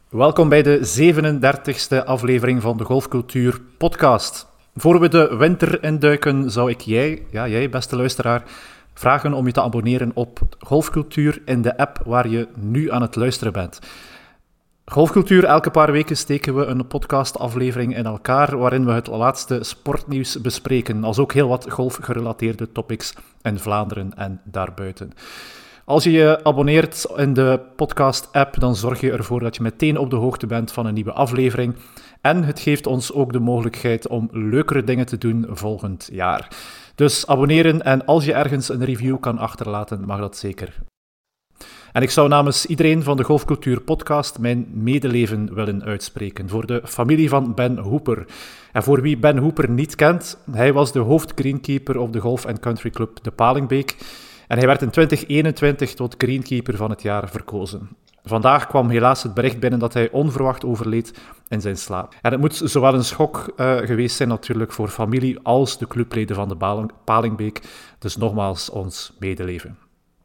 Welkom bij de 37e aflevering van de Golfcultuur podcast. Voor we de winter induiken, zou ik jij beste luisteraar, vragen om je te abonneren op Golfcultuur in de app waar je nu aan het luisteren bent. Golfcultuur, elke paar weken steken we een podcastaflevering in elkaar waarin we het laatste sportnieuws bespreken, als ook heel wat golfgerelateerde topics in Vlaanderen en daarbuiten. Als je je abonneert in de podcast-app, dan zorg je ervoor dat je meteen op de hoogte bent van een nieuwe aflevering. En het geeft ons ook de mogelijkheid om leukere dingen te doen volgend jaar. Dus abonneren en als je ergens een review kan achterlaten, mag dat zeker. En ik zou namens iedereen van de Golfcultuur podcast mijn medeleven willen uitspreken voor de familie van Ben Hooper. En voor wie Ben Hooper niet kent, hij was de hoofdgreenkeeper op de Golf & Country Club de Palingbeek. En hij werd in 2021 tot greenkeeper van het jaar verkozen. Vandaag kwam helaas het bericht binnen dat hij onverwacht overleed in zijn slaap. En het moet zowel een schok geweest zijn natuurlijk voor familie als de clubleden van de Palingbeek. Dus nogmaals ons medeleven.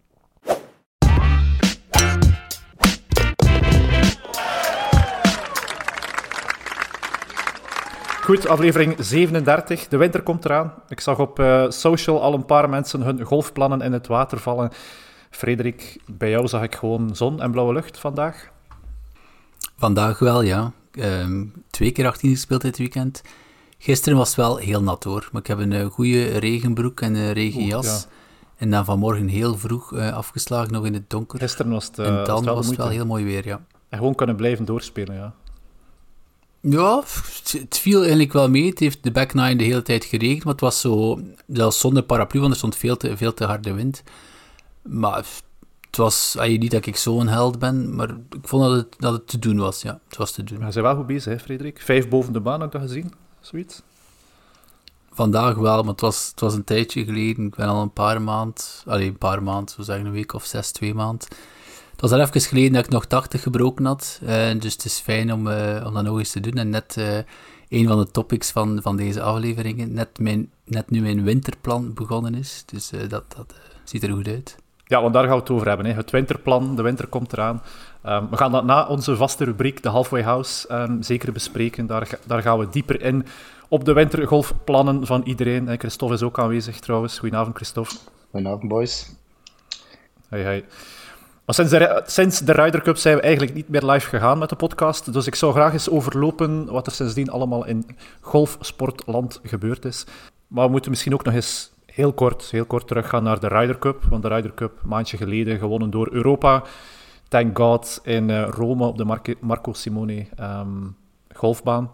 Goed, aflevering 37. De winter komt eraan. Ik zag op social al een paar mensen hun golfplannen in het water vallen. Frederik, bij jou zag ik gewoon zon en blauwe lucht vandaag. Vandaag wel, ja. 2 keer 18 gespeeld dit weekend. Gisteren was het wel heel nat hoor, maar ik heb een goede regenbroek en een regenjas. Ja. En dan vanmorgen heel vroeg afgeslagen, nog in het donker. Gisteren was het en dan was het wel heel mooi weer, ja. En gewoon kunnen blijven doorspelen, ja. Ja, het viel eigenlijk wel mee. Het heeft de back nine de hele tijd geregend, maar het was zo, zelfs zonder paraplu, want er stond veel te harde wind. Maar het was, niet dat ik zo'n held ben, maar ik vond dat het te doen was, ja. Het was te doen. Maar je bent wel goed bezig, hè, Frederik? 5 boven de baan, heb ik dat gezien? Zoiets? Vandaag wel, maar het was een tijdje geleden. Ik ben al een paar maanden, zo zeggen een week of 6, 2 maanden. Het was al even geleden dat ik nog 80 gebroken had, dus het is fijn om dat nog eens te doen. En net een van de topics van deze afleveringen, net nu mijn winterplan begonnen is, dus dat ziet er goed uit. Ja, want daar gaan we het over hebben, hè. Het winterplan, de winter komt eraan. We gaan dat na onze vaste rubriek, de Halfway House, zeker bespreken. Daar gaan we dieper in op de wintergolfplannen van iedereen. En Christophe is ook aanwezig trouwens. Goedenavond, Christophe. Goedenavond, boys. Hey. Maar sinds de Ryder Cup zijn we eigenlijk niet meer live gegaan met de podcast, dus ik zou graag eens overlopen wat er sindsdien allemaal in golfsportland gebeurd is. Maar we moeten misschien ook nog eens heel kort teruggaan naar de Ryder Cup, want de Ryder Cup, een maandje geleden, gewonnen door Europa. Thank God, in Rome op de Marco Simone golfbaan.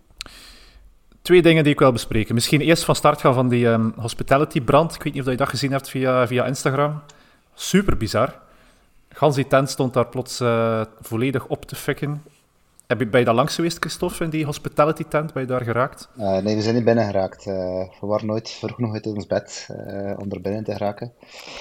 2 dingen die ik wil bespreken. Misschien eerst van start gaan van die hospitality-brand. Ik weet niet of je dat gezien hebt via Instagram. Super bizar. Gans die tent stond daar plots volledig op te fikken. Ben je daar langs geweest, Christophe, in die hospitality tent? Ben je daar geraakt? Nee, we zijn niet binnen geraakt. We waren nooit vroeg nog uit ons bed om er binnen te geraken.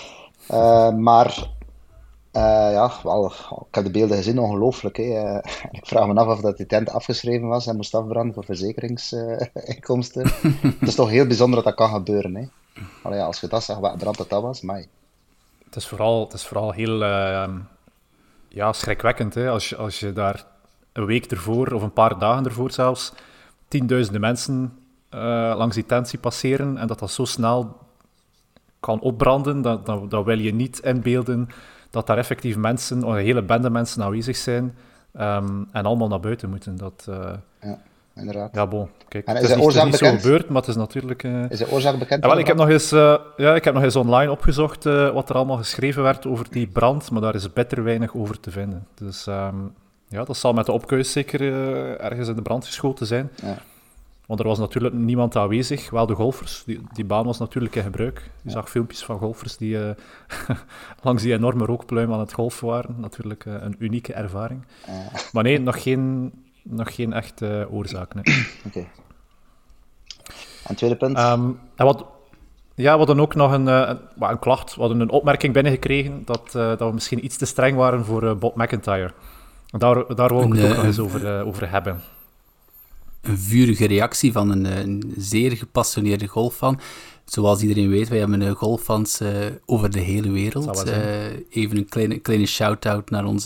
Ik heb de beelden gezien, ongelooflijk. Ik vraag me af of dat die tent afgeschreven was en moest afbranden voor verzekeringsinkomsten. Het is toch heel bijzonder dat kan gebeuren. Hè? Als je dat zag, wat brand dat was, maar... Het is vooral heel schrikwekkend, hè? Als je daar een week ervoor, of een paar dagen ervoor zelfs, 10.000 mensen langs die tent ziet passeren en dat zo snel kan opbranden, dan wil je niet inbeelden dat daar effectief mensen, een hele bende mensen aanwezig zijn en allemaal naar buiten moeten. Ja, inderdaad. Ja, bon. Kijk, en het is niet zo gebeurd, maar het is natuurlijk... Is de oorzaak bekend? Ik heb nog eens online opgezocht wat er allemaal geschreven werd over die brand, maar daar is bitter weinig over te vinden. Dus dat zal met de opkuis zeker ergens in de brand geschoten zijn. Ja. Want er was natuurlijk niemand aanwezig, wel de golfers. Die baan was natuurlijk in gebruik. Je zag filmpjes van golfers die langs die enorme rookpluim aan het golfen waren. Natuurlijk een unieke ervaring. Maar nee, nog geen echte oorzaak. Nee. Oké. En tweede punt? We hadden ook nog een klacht. We hadden een opmerking binnengekregen dat we misschien iets te streng waren voor Bob McIntyre. Daar wou ik het ook nog eens over hebben. Een vurige reactie van een zeer gepassioneerde golffan. Zoals iedereen weet, wij hebben golffans over de hele wereld. Even een kleine shout-out naar onze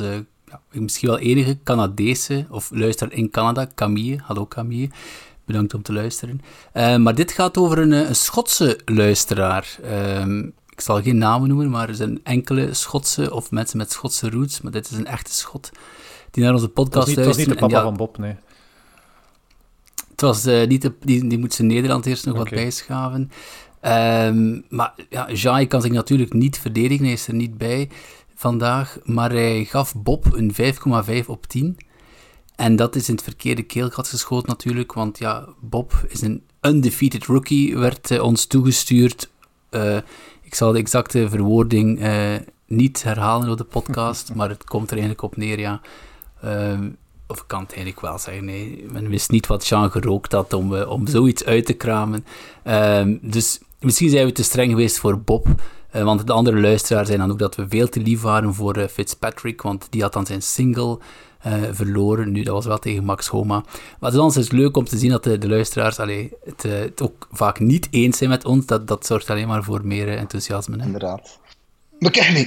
misschien wel enige Canadese, of luisteraar in Canada, Camille. Hallo Camille, bedankt om te luisteren. Maar dit gaat over een Schotse luisteraar. Ik zal geen namen noemen, maar er zijn enkele Schotse, of mensen met Schotse roots, maar dit is een echte Schot, die naar onze podcast luisteren. Het was niet de papa van Bob, nee. Het was niet die moet zijn Nederland eerst nog wat bijschaven. Maar ja, Jean kan zich natuurlijk niet verdedigen, hij is er niet bij vandaag, maar hij gaf Bob een 5,5 op 10. En dat is in het verkeerde keelgat geschoten natuurlijk, want ja, Bob is een undefeated rookie, werd ons toegestuurd. Ik zal de exacte verwoording niet herhalen op de podcast, maar het komt er eigenlijk op neer, ja. Of ik kan het eigenlijk wel zeggen, nee. Men wist niet wat Jean gerookt had om zoiets uit te kramen. Dus misschien zijn we te streng geweest voor Bob. Want de andere luisteraars zijn dan ook dat we veel te lief waren voor Fitzpatrick, want die had dan zijn single verloren. Nu, dat was wel tegen Max Homa. Maar het is leuk om te zien dat de luisteraars het ook vaak niet eens zijn met ons. Dat zorgt alleen maar voor meer enthousiasme. Hè? Inderdaad. Bekenning.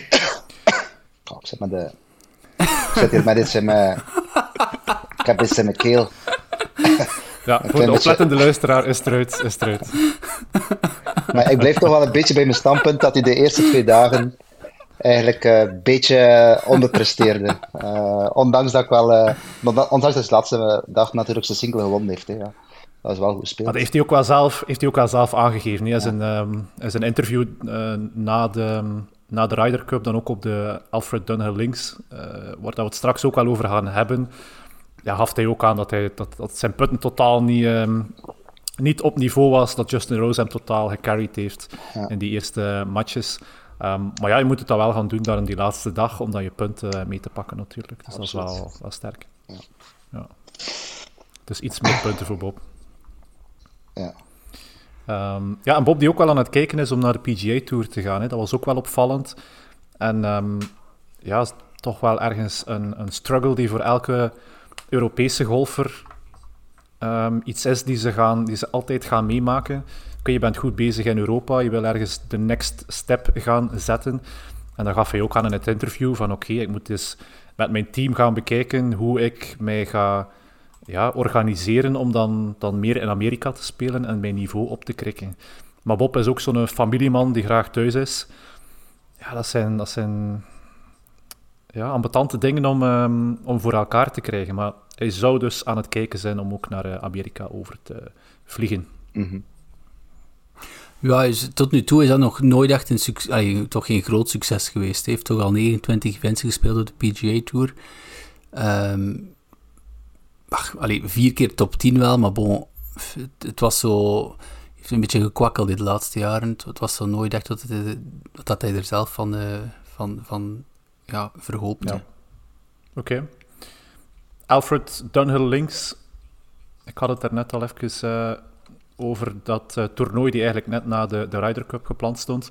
Ik zit hier met iets in mijn... Ik heb iets in mijn keel. Ja, voor de oplettende luisteraar is het eruit. Maar ik blijf toch wel een beetje bij mijn standpunt dat hij de eerste 2 dagen eigenlijk een beetje onderpresteerde. Ondanks dat de laatste dag natuurlijk zijn single gewonnen heeft. Hè, ja. Dat is wel goed gespeeld. Maar dat heeft hij ook wel zelf aangegeven. Hè. In zijn interview na de Ryder Cup, dan ook op de Alfred Dunhill Links, waar we het straks ook wel over gaan hebben, ja, gaf hij ook aan dat zijn putten totaal niet op niveau was, dat Justin Rose hem totaal gecarried heeft in die eerste matches. Maar ja, je moet het dan wel gaan doen daar in die laatste dag, om dan je punten mee te pakken natuurlijk. Dus absoluut. Dat is wel sterk. Ja. Dus iets meer punten voor Bob. Ja. En Bob die ook wel aan het kijken is om naar de PGA Tour te gaan. Hè. Dat was ook wel opvallend. En toch wel ergens een struggle die voor elke Europese golfer iets is die ze altijd gaan meemaken. Je bent goed bezig in Europa, je wil ergens de next step gaan zetten. En dan gaf hij ook aan in het interview van oké, ik moet dus met mijn team gaan bekijken hoe ik mij ga organiseren om dan meer in Amerika te spelen en mijn niveau op te krikken. Maar Bob is ook zo'n familieman die graag thuis is. Ja, dat zijn ambetante dingen om voor elkaar te krijgen. Maar hij zou dus aan het kijken zijn om ook naar Amerika over te vliegen. Mm-hmm. Ja, tot nu toe is dat nog nooit echt toch geen groot succes geweest. Hij heeft toch al 29 events gespeeld op de PGA Tour. 4 keer top 10 wel, maar bon, het was zo... heeft een beetje gekwakkeld dit laatste jaren. Het was zo nooit echt dat hij er zelf van verhoopte. Ja. Oké. Alfred Dunhill Links. Ik had het daarnet al even over dat toernooi die eigenlijk net na de Ryder Cup gepland stond.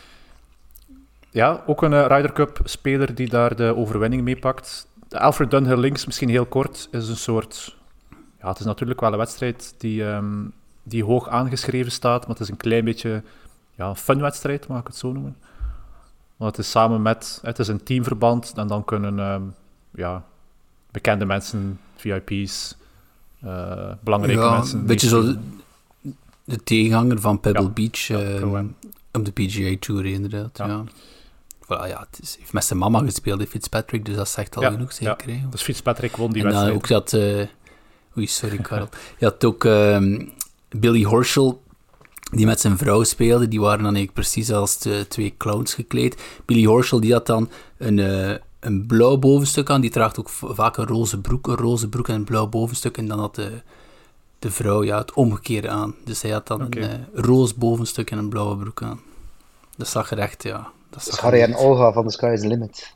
Ja, ook een Ryder Cup speler die daar de overwinning mee pakt. De Alfred Dunhill Links, misschien heel kort, is een soort... Ja, het is natuurlijk wel een wedstrijd die hoog aangeschreven staat, maar het is een klein beetje een fun-wedstrijd, mag ik het zo noemen. Want het is het is een teamverband en dan kunnen bekende mensen, VIP's, belangrijke mensen... Een beetje zo de tegenhanger van Pebble Beach op de PGA Tour, inderdaad. Ja. Voilà, het heeft met zijn mama gespeeld, Fitzpatrick, dus dat zegt al genoeg, zeker. Ja. Dus Fitzpatrick won die wedstrijd. En ook dat... Oei, sorry, Karel. Je had ook Billy Horschel, die met zijn vrouw speelde. Die waren dan eigenlijk precies als de 2 clowns gekleed. Billy Horschel, die had dan een blauw bovenstuk aan. Die draagt ook vaak een roze broek en een blauw bovenstuk. En dan had de vrouw het omgekeerde aan. Dus hij had dan een roze bovenstuk en een blauwe broek aan. Dat zag er echt, Dat is Harry en Olga van The Sky is the Limit.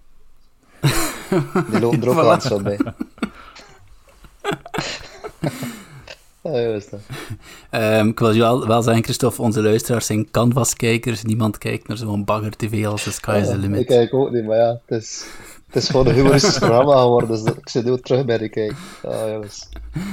Die lopen er ook wel zo bij. Ik wil wel zeggen, Christophe, onze luisteraars zijn canvaskijkers. Niemand kijkt naar zo'n bagger tv als The Sky is the Limit. Ik kijk ook niet, maar het is gewoon een humoristisch programma geworden, dus ik zit nu terug bij de kijk. Jongens.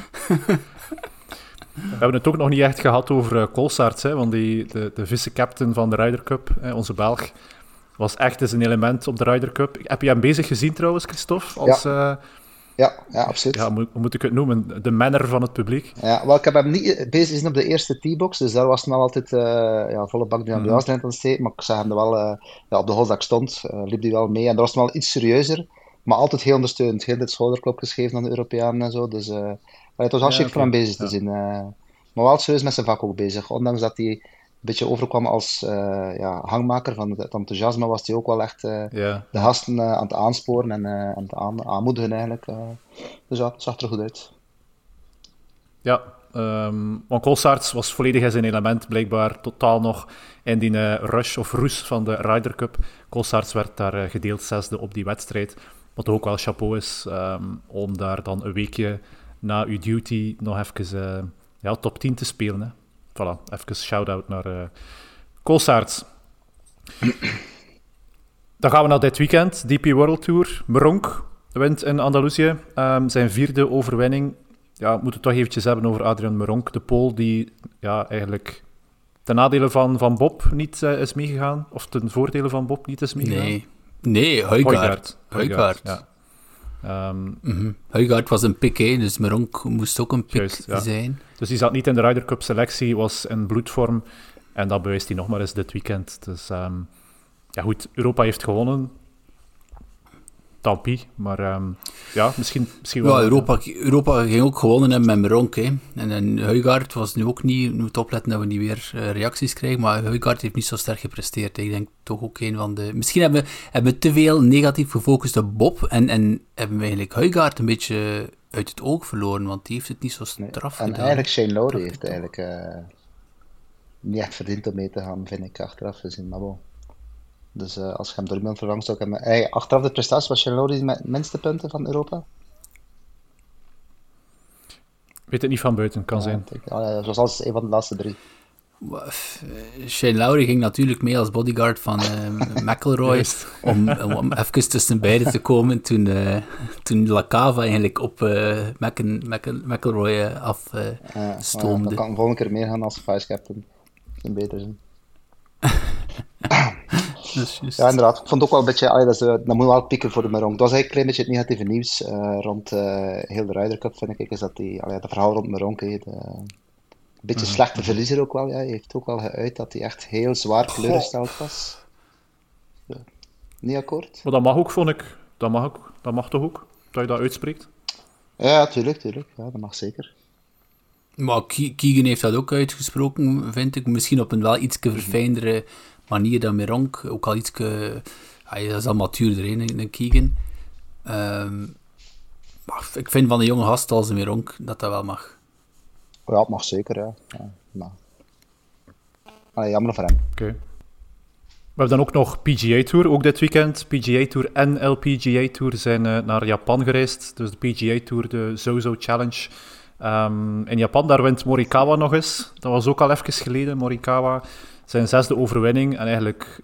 We hebben het ook nog niet echt gehad over Colsaerts, want de vice-captain van de Ryder Cup, onze Belg, was echt eens een element op de Ryder Cup. Heb je hem bezig gezien trouwens, Christophe? Als, ja, absoluut. Ja, hoe moet ik het noemen? De manner van het publiek. Ja, wel, ik heb hem niet bezig gezien op de eerste teebox, dus daar was hij al altijd volle bak die ambiance aan het steken. Maar ik zag hem er wel, op de hole dat ik stond, liep hij wel mee. En daar was hij wel iets serieuzer, maar altijd heel ondersteunend. Heel dit schouderklopjes gegeven aan de Europeanen en zo. Dus het was hartstikke voor hem bezig te zien. Maar wel serieus met zijn vak ook bezig. Ondanks dat hij een beetje overkwam als hangmaker van het enthousiasme, was hij ook wel echt de gasten aan het aansporen en aan het aanmoedigen eigenlijk. Dus ja, het zag er goed uit. Ja, want Colsaerts was volledig in zijn element, blijkbaar totaal nog in die rush of roes van de Ryder Cup. Colsaerts werd daar gedeeld 6e op die wedstrijd, wat ook wel chapeau is om daar dan een weekje na uw duty nog even top 10 te spelen. Hè. Voilà, even shout-out naar Colsaerts. Dan gaan we naar dit weekend, DP World Tour. Meronk wint in Andalusië, zijn 4e overwinning. Ja, we moeten het toch eventjes hebben over Adrian Meronk, de Pool die eigenlijk ten nadele van Bob niet is meegegaan, of ten voordele van Bob niet is meegegaan. Nee, Højgaard. Ja. Højgaard was een pick, dus Meronk moest ook een pick zijn. Dus die zat niet in de Ryder Cup selectie, was in bloedvorm. En dat bewijst hij nog maar eens dit weekend. Dus goed, Europa heeft gewonnen. Tant pis, maar misschien wel... Ja, Europa ging ook gewonnen hebben met Meronk. En Højgaard was nu ook niet... Nu moet opletten dat we niet weer reacties krijgen, maar Højgaard heeft niet zo sterk gepresteerd. Ik denk toch ook een van de... Misschien hebben we te veel negatief gefocust op Bob en hebben we eigenlijk Højgaard een beetje uit het oog verloren, want die heeft het niet zo straf gedaan. En eigenlijk Shane Lowry heeft eigenlijk niet echt verdiend om mee te gaan, vind ik, achteraf gezien. Maar bon. Dus als je hem door iemand vervangt, zou ik hem... achteraf de prestatie was Shane Lowry met minste punten van Europa? Weet het niet van buiten, kan zijn. Dat was altijd een van de laatste 3. Shane Lowry ging natuurlijk mee als bodyguard van McIlroy om even tussen beiden te komen toen Lacava eigenlijk op McIlroy afstoomde. Dan kan ik volgende keer meegaan als vice-captain. In beter zin. Ja, inderdaad. Ik vond het ook wel een beetje... dat moet wel pieken voor de Meronk. Dat was eigenlijk een klein beetje het negatieve nieuws rond heel de Ryder Cup, vind ik. Is dat het verhaal rond Meronk... een beetje slechte verliezer ook wel. Ja. Hij heeft ook wel geuit dat hij echt heel zwaar teleurgesteld was. Niet akkoord? Maar dat mag ook, vond ik. Dat mag toch ook? Dat je dat uitspreekt? Ja, tuurlijk. Ja, dat mag zeker. Maar Keegan heeft dat ook uitgesproken, vind ik. Misschien op een wel iets verfijndere manier dan Meronk. Ook al iets... dat is al matuurder, dan Keegan. Maar ik vind van een jonge gast als Meronk dat wel mag. Ja, het mag zeker, ja. Jammer voor hem. Oké. We hebben dan ook nog PGA Tour, ook dit weekend. PGA Tour en LPGA Tour zijn naar Japan gereisd. Dus de PGA Tour, de Zozo Challenge. In Japan, daar wint Morikawa nog eens. Dat was ook al even geleden. Morikawa, zijn 6e overwinning. En eigenlijk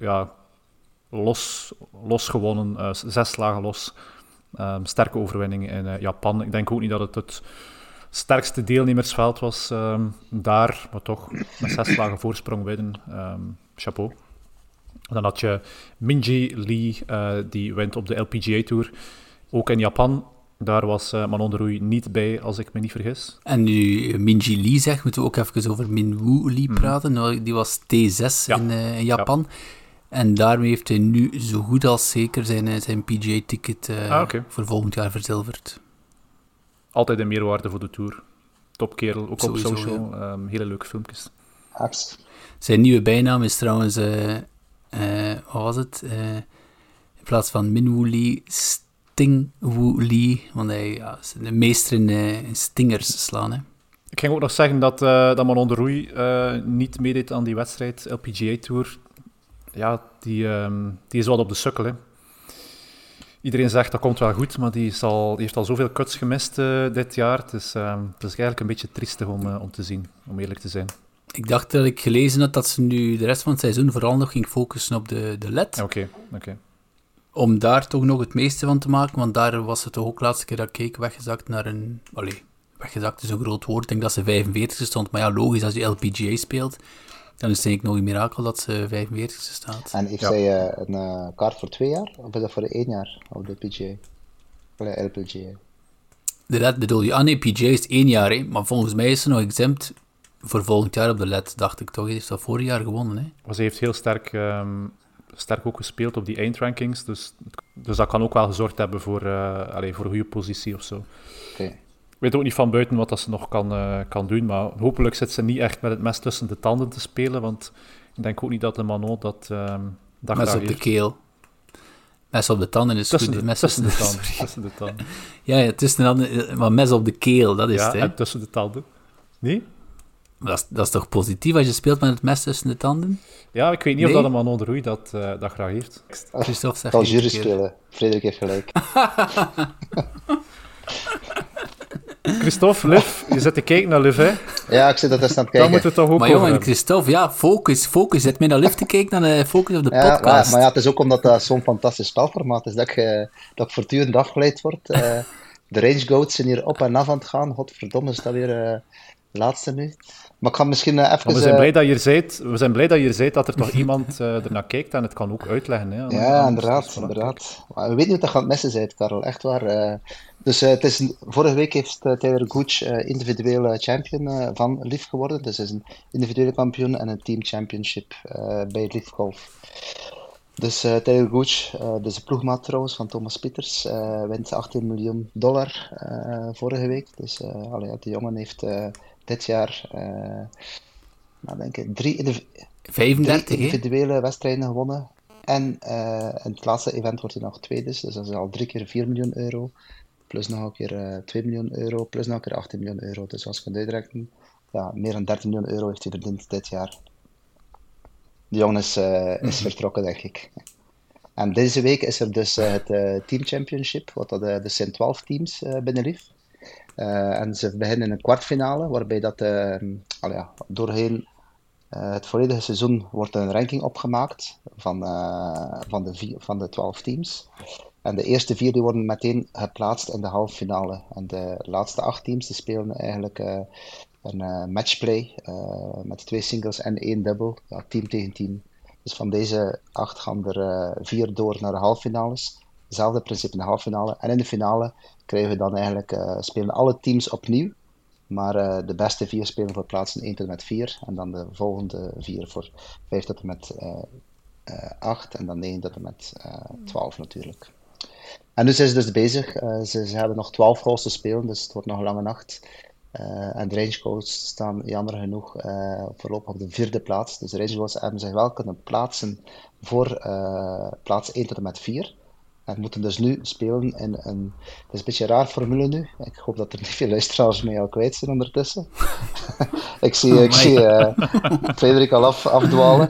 los gewonnen. 6 slagen los. Sterke overwinning in Japan. Ik denk ook niet dat het sterkste deelnemersveld was daar. Maar toch, met 6 slagen voorsprong winnen. Chapeau. Dan had je Minjee Lee, die wint op de LPGA Tour. Ook in Japan. Daar was Manon de Roei niet bij, als ik me niet vergis. En nu Minjee Lee zegt, moeten we ook even over Minwoo Lee praten. Die was T6 in Japan. Ja. En daarmee heeft hij nu zo goed als zeker zijn PGA-ticket voor volgend jaar verzilverd. Altijd een meerwaarde voor de Tour. Topkerel, ook sowieso, op social. Ja. Hele leuke filmpjes. Zijn nieuwe bijnaam is trouwens... wat was het? In plaats van Minwoo Lee... Stingwoo Lee, want hij is de meester in stingers slaan. Hè. Ik ging ook nog zeggen dat Manon de Roei niet meedeed aan die wedstrijd, LPGA Tour. Ja, die is wat op de sukkel. Hè. Iedereen zegt dat komt wel goed, maar die heeft al zoveel cuts gemist dit jaar. Het is eigenlijk een beetje triestig om te zien, om eerlijk te zijn. Ik dacht dat ik gelezen had dat ze nu de rest van het seizoen vooral nog ging focussen op de LED. Oké. Om daar toch nog het meeste van te maken, want daar was het toch ook de laatste keer dat ik keek weggezakt naar een... weggezakt is een groot woord, ik denk dat ze 45 stond, maar ja, logisch als je LPGA speelt. Dan is het eigenlijk nog een mirakel dat ze 45e staat. En heeft zij een kaart voor 2 jaar? Of is dat voor 1 jaar op de PGA? Allee, LPGA. De bedoel je? Nee, PGA is 1 jaar, hè. Maar volgens mij is ze nog exempt voor volgend jaar op de LED, dacht ik toch. Hij heeft dat vorig jaar gewonnen, hè. Maar ze heeft heel sterk ook gespeeld op die eindrankings, dus dat kan ook wel gezorgd hebben voor een goede positie of zo. Okay. Ik weet ook niet van buiten wat dat ze nog kan doen, maar hopelijk zit ze niet echt met het mes tussen de tanden te spelen, want ik denk ook niet dat de Manon dat mes op de keel. Mes op de tanden is tussen goed. Tussen de tanden. Ja, tussen de tanden, maar mes op de keel, dat is het, hè? Ja, en tussen de tanden. Nee? Dat is toch positief als je speelt met het mes tussen de tanden? Ja, ik weet niet of dat de Manon de Roei dat graag heeft. Christophe zegt kan jury spelen. Frederik heeft gelijk. Christophe, Liv, je zit te kijken naar Liv, hè? Ja, ik zit dat eens aan het kijken. Dan moeten we toch ook maar jongen, Christophe, ja, focus. Zet mij naar Liv te kijken dan focus op de podcast. Maar ja, het is ook omdat dat zo'n fantastisch spelformaat is, dat ik voortdurend afgeleid word. De Range Goats zijn hier op en af aan het gaan. Godverdomme, is dat weer laatste nu. Maar ik ga misschien even... Maar we zijn blij dat je hier bent, dat er toch iemand ernaar kijkt en het kan ook uitleggen. Hè, ja, inderdaad. Maar we weten niet wat dat gaat missen zijn, Karel. Echt waar. Dus vorige week heeft Taylor Gooch individuele champion van Liv geworden. Dus hij is een individuele kampioen en een team championship bij Liv Golf. Dus Taylor Gooch, dus de ploegmaat trouwens van Thomas Pieters, wint $18 miljoen vorige week. Dus die jongen heeft dit jaar denk ik, 35 individuele wedstrijden gewonnen. En in het laatste event wordt hij nog tweede. Dus dat is al 3 keer €4 miljoen. Plus nog een keer €2 miljoen. Plus nog een keer €18 miljoen. Dus als je kunt uitrekenen, ja, meer dan €30 miljoen heeft hij verdiend dit jaar. De jongen is vertrokken, denk ik. En deze week is er dus het Team Championship, wat dat dus zijn 12 teams binnen Liv. En ze beginnen in een kwartfinale, waarbij dat doorheen het volledige seizoen wordt een ranking opgemaakt van de 12 teams. En de eerste 4 die worden meteen geplaatst in de halve finale. En de laatste 8 teams die spelen eigenlijk een matchplay met 2 singles en 1 dubbel, ja, team tegen team. Dus van deze 8 gaan er 4 door naar de halve finales. Hetzelfde principe in de halve finale. En in de finale krijgen we dan eigenlijk, spelen alle teams opnieuw. Maar de beste 4 spelen voor plaatsen 1 tot en met 4. En dan de volgende 4 voor 5 tot en met 8. En dan 9 tot en met 12 natuurlijk. En nu zijn ze dus bezig. Ze hebben nog 12 holes te spelen, dus het wordt nog een lange nacht. En de Range Goats staan jammer genoeg voorlopig op de 4e plaats. Dus de Range Goats hebben zich wel kunnen plaatsen voor plaats 1 tot en met 4. En moeten dus nu spelen in een... Het is een beetje een raar formule nu. Ik hoop dat er niet veel luisteraars mee al kwijt zijn ondertussen. ik zie Frederik al afdwalen.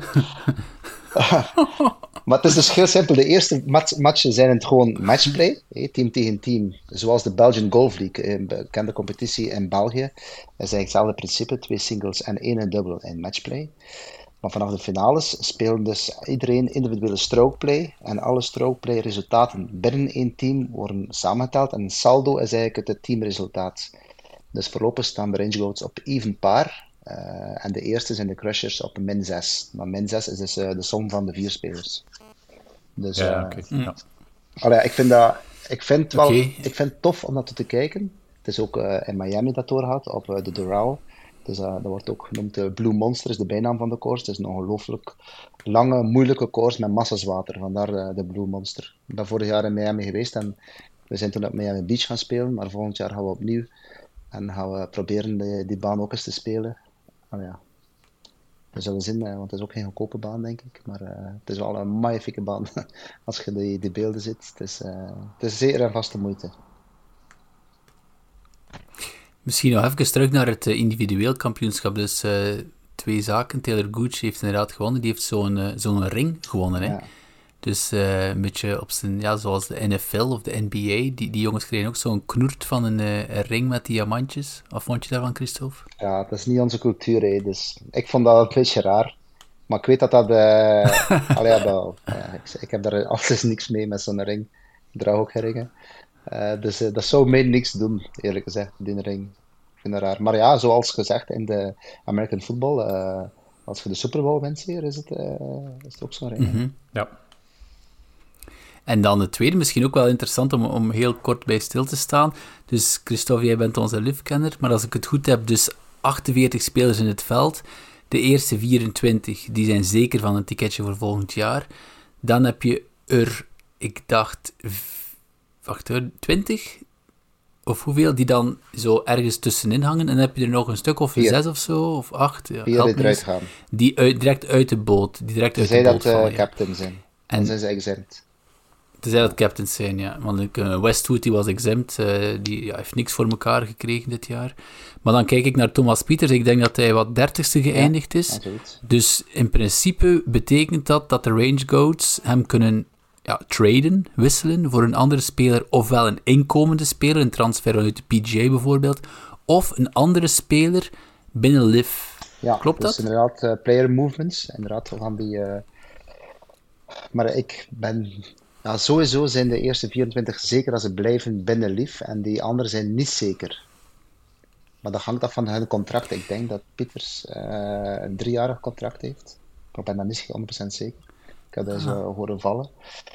Maar het is dus heel simpel. De eerste matchen zijn het gewoon matchplay. Team tegen team. Zoals de Belgian Golf League, een bekende competitie in België. Dat is eigenlijk hetzelfde principe. 2 singles en 1 dubbel in matchplay. Maar vanaf de finales spelen dus iedereen individuele strokeplay. En alle strokeplay resultaten binnen één team worden samengeteld. En saldo is eigenlijk het teamresultaat. Dus voorlopig staan de Range Goats op even par. En de eerste zijn de Crushers op min 6. Maar min 6 is dus de som van de 4 spelers. Dus ik vind het tof om dat te kijken. Het is ook in Miami dat doorgaat, op de Doral. Dus dat wordt ook genoemd de Blue Monster, is de bijnaam van de course. Het is een ongelooflijk lange, moeilijke course met massa's water. Vandaar de Blue Monster. Ik ben vorig jaar in Miami geweest en we zijn toen op Miami Beach gaan spelen. Maar volgend jaar gaan we opnieuw en gaan we proberen die baan ook eens te spelen. We zullen zien, want het is ook geen goedkope baan, denk ik. Maar het is wel een magnifieke baan als je die beelden ziet. Het is zeer en vaste moeite. Misschien nog even terug naar het individueel kampioenschap. Dus 2 zaken. Taylor Gooch heeft inderdaad gewonnen. Die heeft zo'n ring gewonnen. Hè? Ja. Dus een beetje op zijn, zoals de NFL of de NBA. Die jongens kregen ook zo'n knoert van een ring met diamantjes. Wat vond je daarvan, Christophe? Ja, dat is niet onze cultuur. Hè. Dus ik vond dat een beetje raar. Maar ik weet dat ik heb daar altijd niks mee met zo'n ring. Ik draag ook geen ringen. Dus dat zou mij niks doen, eerlijk gezegd, die ring. Ik vind dat raar. Maar ja, zoals gezegd in de American Football, als je de Super Bowl wint, zeer, is het ook zo'n ring. Ja. En dan de tweede, misschien ook wel interessant om heel kort bij stil te staan. Dus Christophe, jij bent onze LIV-kenner, maar als ik het goed heb, dus 48 spelers in het veld. De eerste 24, die zijn zeker van een ticketje voor volgend jaar. Dan heb je er, ik dacht, 20? Of hoeveel, die dan zo ergens tussenin hangen. En dan heb je er nog een stuk of 6 of zo, of 8. Ja, 4 die eruit gaan. Die direct uit de boot, vallen. Dat captain zijn. En dan zijn ze exempt. Tenzij dat captains zijn, ja. Want Westwood die was exempt, die heeft niks voor elkaar gekregen dit jaar. Maar dan kijk ik naar Thomas Pieters, ik denk dat hij wat 30ste geëindigd is. Absoluut. Dus in principe betekent dat de Range Goats hem kunnen traden, wisselen voor een andere speler, ofwel een inkomende speler, een transfer uit de PGA bijvoorbeeld, of een andere speler binnen LIV. Ja, klopt dat? Dus inderdaad, player movements, inderdaad, van die... Maar ik ben... Ja, sowieso zijn de eerste 24 zeker als ze blijven binnen LIV, en die anderen zijn niet zeker. Maar dat hangt af van hun contract. Ik denk dat Pieters een 3-jarig contract heeft. Ik ben daar niet 100% zeker. Ik heb dat zo horen vallen.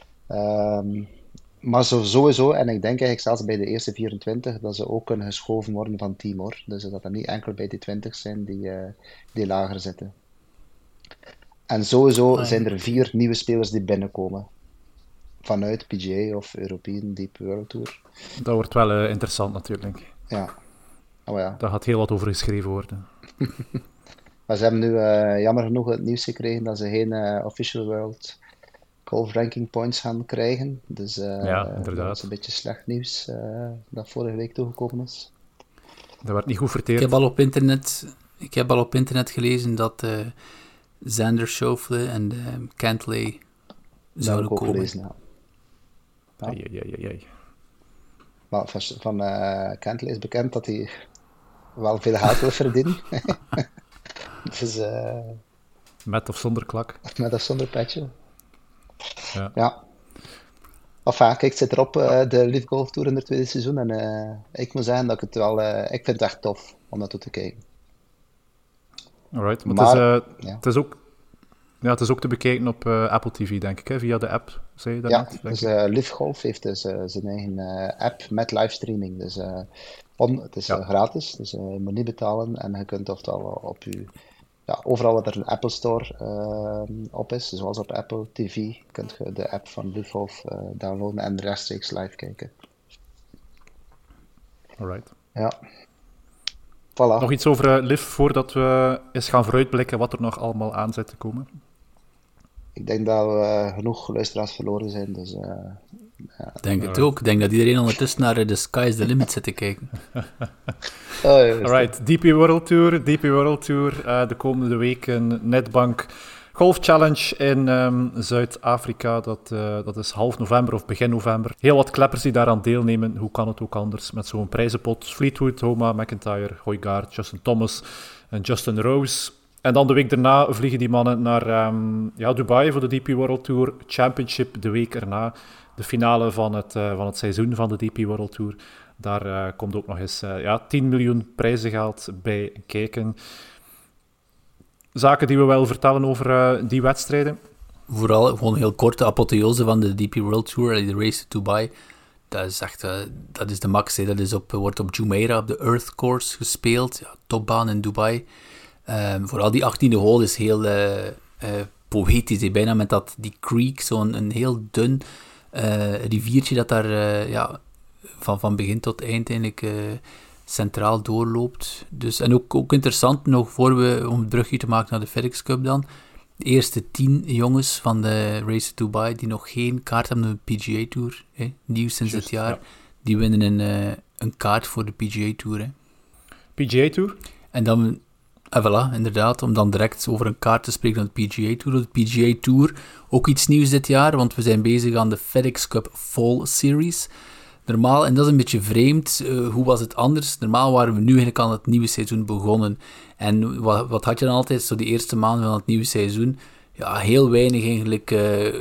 Maar sowieso, en ik denk eigenlijk zelfs bij de eerste 24, dat ze ook kunnen geschoven worden van team, hoor. Dus dat er niet enkel bij die 20 zijn die lager zitten. En sowieso zijn er 4 nieuwe spelers die binnenkomen. Vanuit PGA of European Deep World Tour. Dat wordt wel interessant natuurlijk. Ja. Oh, ja. Daar gaat heel wat over geschreven worden. Maar ze hebben nu jammer genoeg het nieuws gekregen dat ze geen Official World Golf Ranking Points gaan krijgen. Dus ja, inderdaad. Dat is een beetje slecht nieuws dat vorige week toegekomen is. Dat werd niet goed verteerd. Ik heb al op internet gelezen dat Xander Schauffele en Cantlay zouden komen. Gelezen, ja. Ai. Maar van Cantlay is bekend dat hij wel veel geld wil verdienen. Dus, met of zonder klak? Met of zonder petje. Ja. Enfin, kijk, het zit erop, de LIV Golf Tour in het tweede seizoen. En ik moet zeggen dat ik het wel... ik vind het echt tof om naartoe te kijken. Alright, maar het is ook... Ja, het is ook te bekijken op Apple TV, denk ik, hè? Via de app, zei je daarnet. Ja, dus LIV Golf heeft dus zijn eigen app met livestreaming. Dus het is gratis, dus je moet niet betalen. En je kunt oftewel op je... Ja, overal wat er een Apple Store op is, zoals op Apple TV, kunt je de app van LIV Golf downloaden en rechtstreeks live kijken. Alright. Ja. Voilà. Nog iets over LIV voordat we eens gaan vooruitblikken wat er nog allemaal aan zit te komen? Ik denk dat we genoeg luisteraars verloren zijn, dus... Denk het ook. Ik denk dat iedereen ondertussen naar The Sky is the Limit zit te kijken. Alright, DP World Tour. De komende week een Netbank Golf Challenge in Zuid-Afrika. Dat is half november of begin november. Heel wat kleppers die daaraan deelnemen. Hoe kan het ook anders met zo'n prijzenpot? Fleetwood, Homa, McIntyre, Højgaard, Justin Thomas en Justin Rose. En dan de week daarna vliegen die mannen naar Dubai voor de DP World Tour Championship. De week erna de finale van het seizoen van de DP World Tour. Daar komt ook nog eens 10 miljoen prijzengeld bij kijken. Zaken die we wel vertellen over die wedstrijden? Vooral gewoon heel kort, de apotheose van de DP World Tour, de Race to Dubai. Dat is echt dat is de max. Hè. Dat wordt op Jumeirah, op de Earth Course gespeeld. Ja, topbaan in Dubai. Vooral die 18e hole is heel poëtisch. Hè. Bijna met die creek, zo'n heel dun riviertje dat daar van begin tot eind eigenlijk centraal doorloopt. Dus, en ook interessant, nog voor om het brugje te maken naar de FedEx Cup dan. De eerste 10 jongens van de Race to Dubai die nog geen kaart hebben op de PGA Tour, nieuw sinds dit jaar, die winnen een kaart voor de PGA Tour. Hè. PGA Tour? En dan, voilà, inderdaad, om dan direct over een kaart te spreken van de PGA Tour. De PGA Tour, ook iets nieuws dit jaar, want we zijn bezig aan de FedEx Cup Fall Series. Normaal, en dat is een beetje vreemd, hoe was het anders? Normaal waren we nu eigenlijk aan het nieuwe seizoen begonnen. En wat had je dan altijd, zo die eerste maanden van het nieuwe seizoen? heel weinig eigenlijk,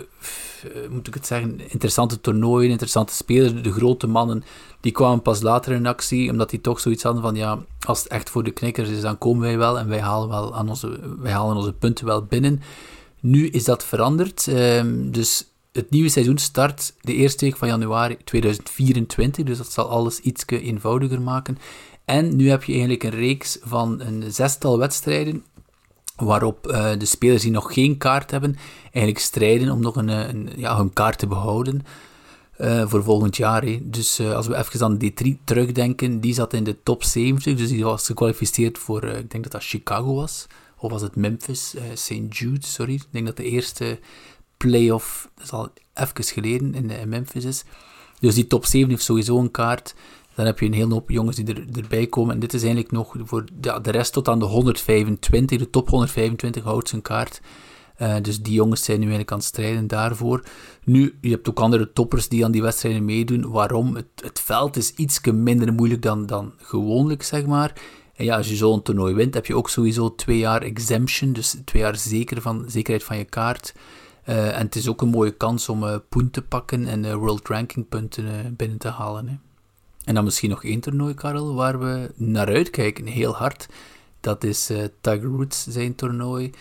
moet ik het zeggen, interessante toernooien, interessante spelers. De grote mannen, die kwamen pas later in actie, omdat die toch zoiets hadden van, ja, als het echt voor de knikkers is, dan komen wij wel en wij halen onze punten wel binnen. Nu is dat veranderd, dus het nieuwe seizoen start de eerste week van januari 2024, dus dat zal alles ietske eenvoudiger maken. En nu heb je eigenlijk een reeks van een 6-tal wedstrijden, waarop de spelers die nog geen kaart hebben, eigenlijk strijden om nog hun kaart te behouden voor volgend jaar. Dus als we even aan D3 terugdenken, die zat in de top 70, dus die was gekwalificeerd voor, ik denk dat dat Chicago was, of was het Memphis, St. Jude, sorry. Ik denk dat de eerste playoff, dat is al even geleden, in Memphis is. Dus die top 7 heeft sowieso een kaart. Dan heb je een hele hoop jongens die erbij komen. En dit is eigenlijk nog voor de rest tot aan de 125. De top 125 houdt zijn kaart. Dus die jongens zijn nu eigenlijk aan het strijden daarvoor. Nu, je hebt ook andere toppers die aan die wedstrijden meedoen. Waarom? Het veld is iets minder moeilijk dan gewoonlijk, zeg maar. En ja, als je zo'n toernooi wint, heb je ook sowieso 2 jaar exemption. Dus 2 jaar zekerheid van je kaart. En het is ook een mooie kans om punten te pakken en world ranking punten binnen te halen. Hè. En dan misschien nog 1 toernooi, Karel, waar we naar uitkijken, heel hard. Dat is Tiger Woods zijn toernooi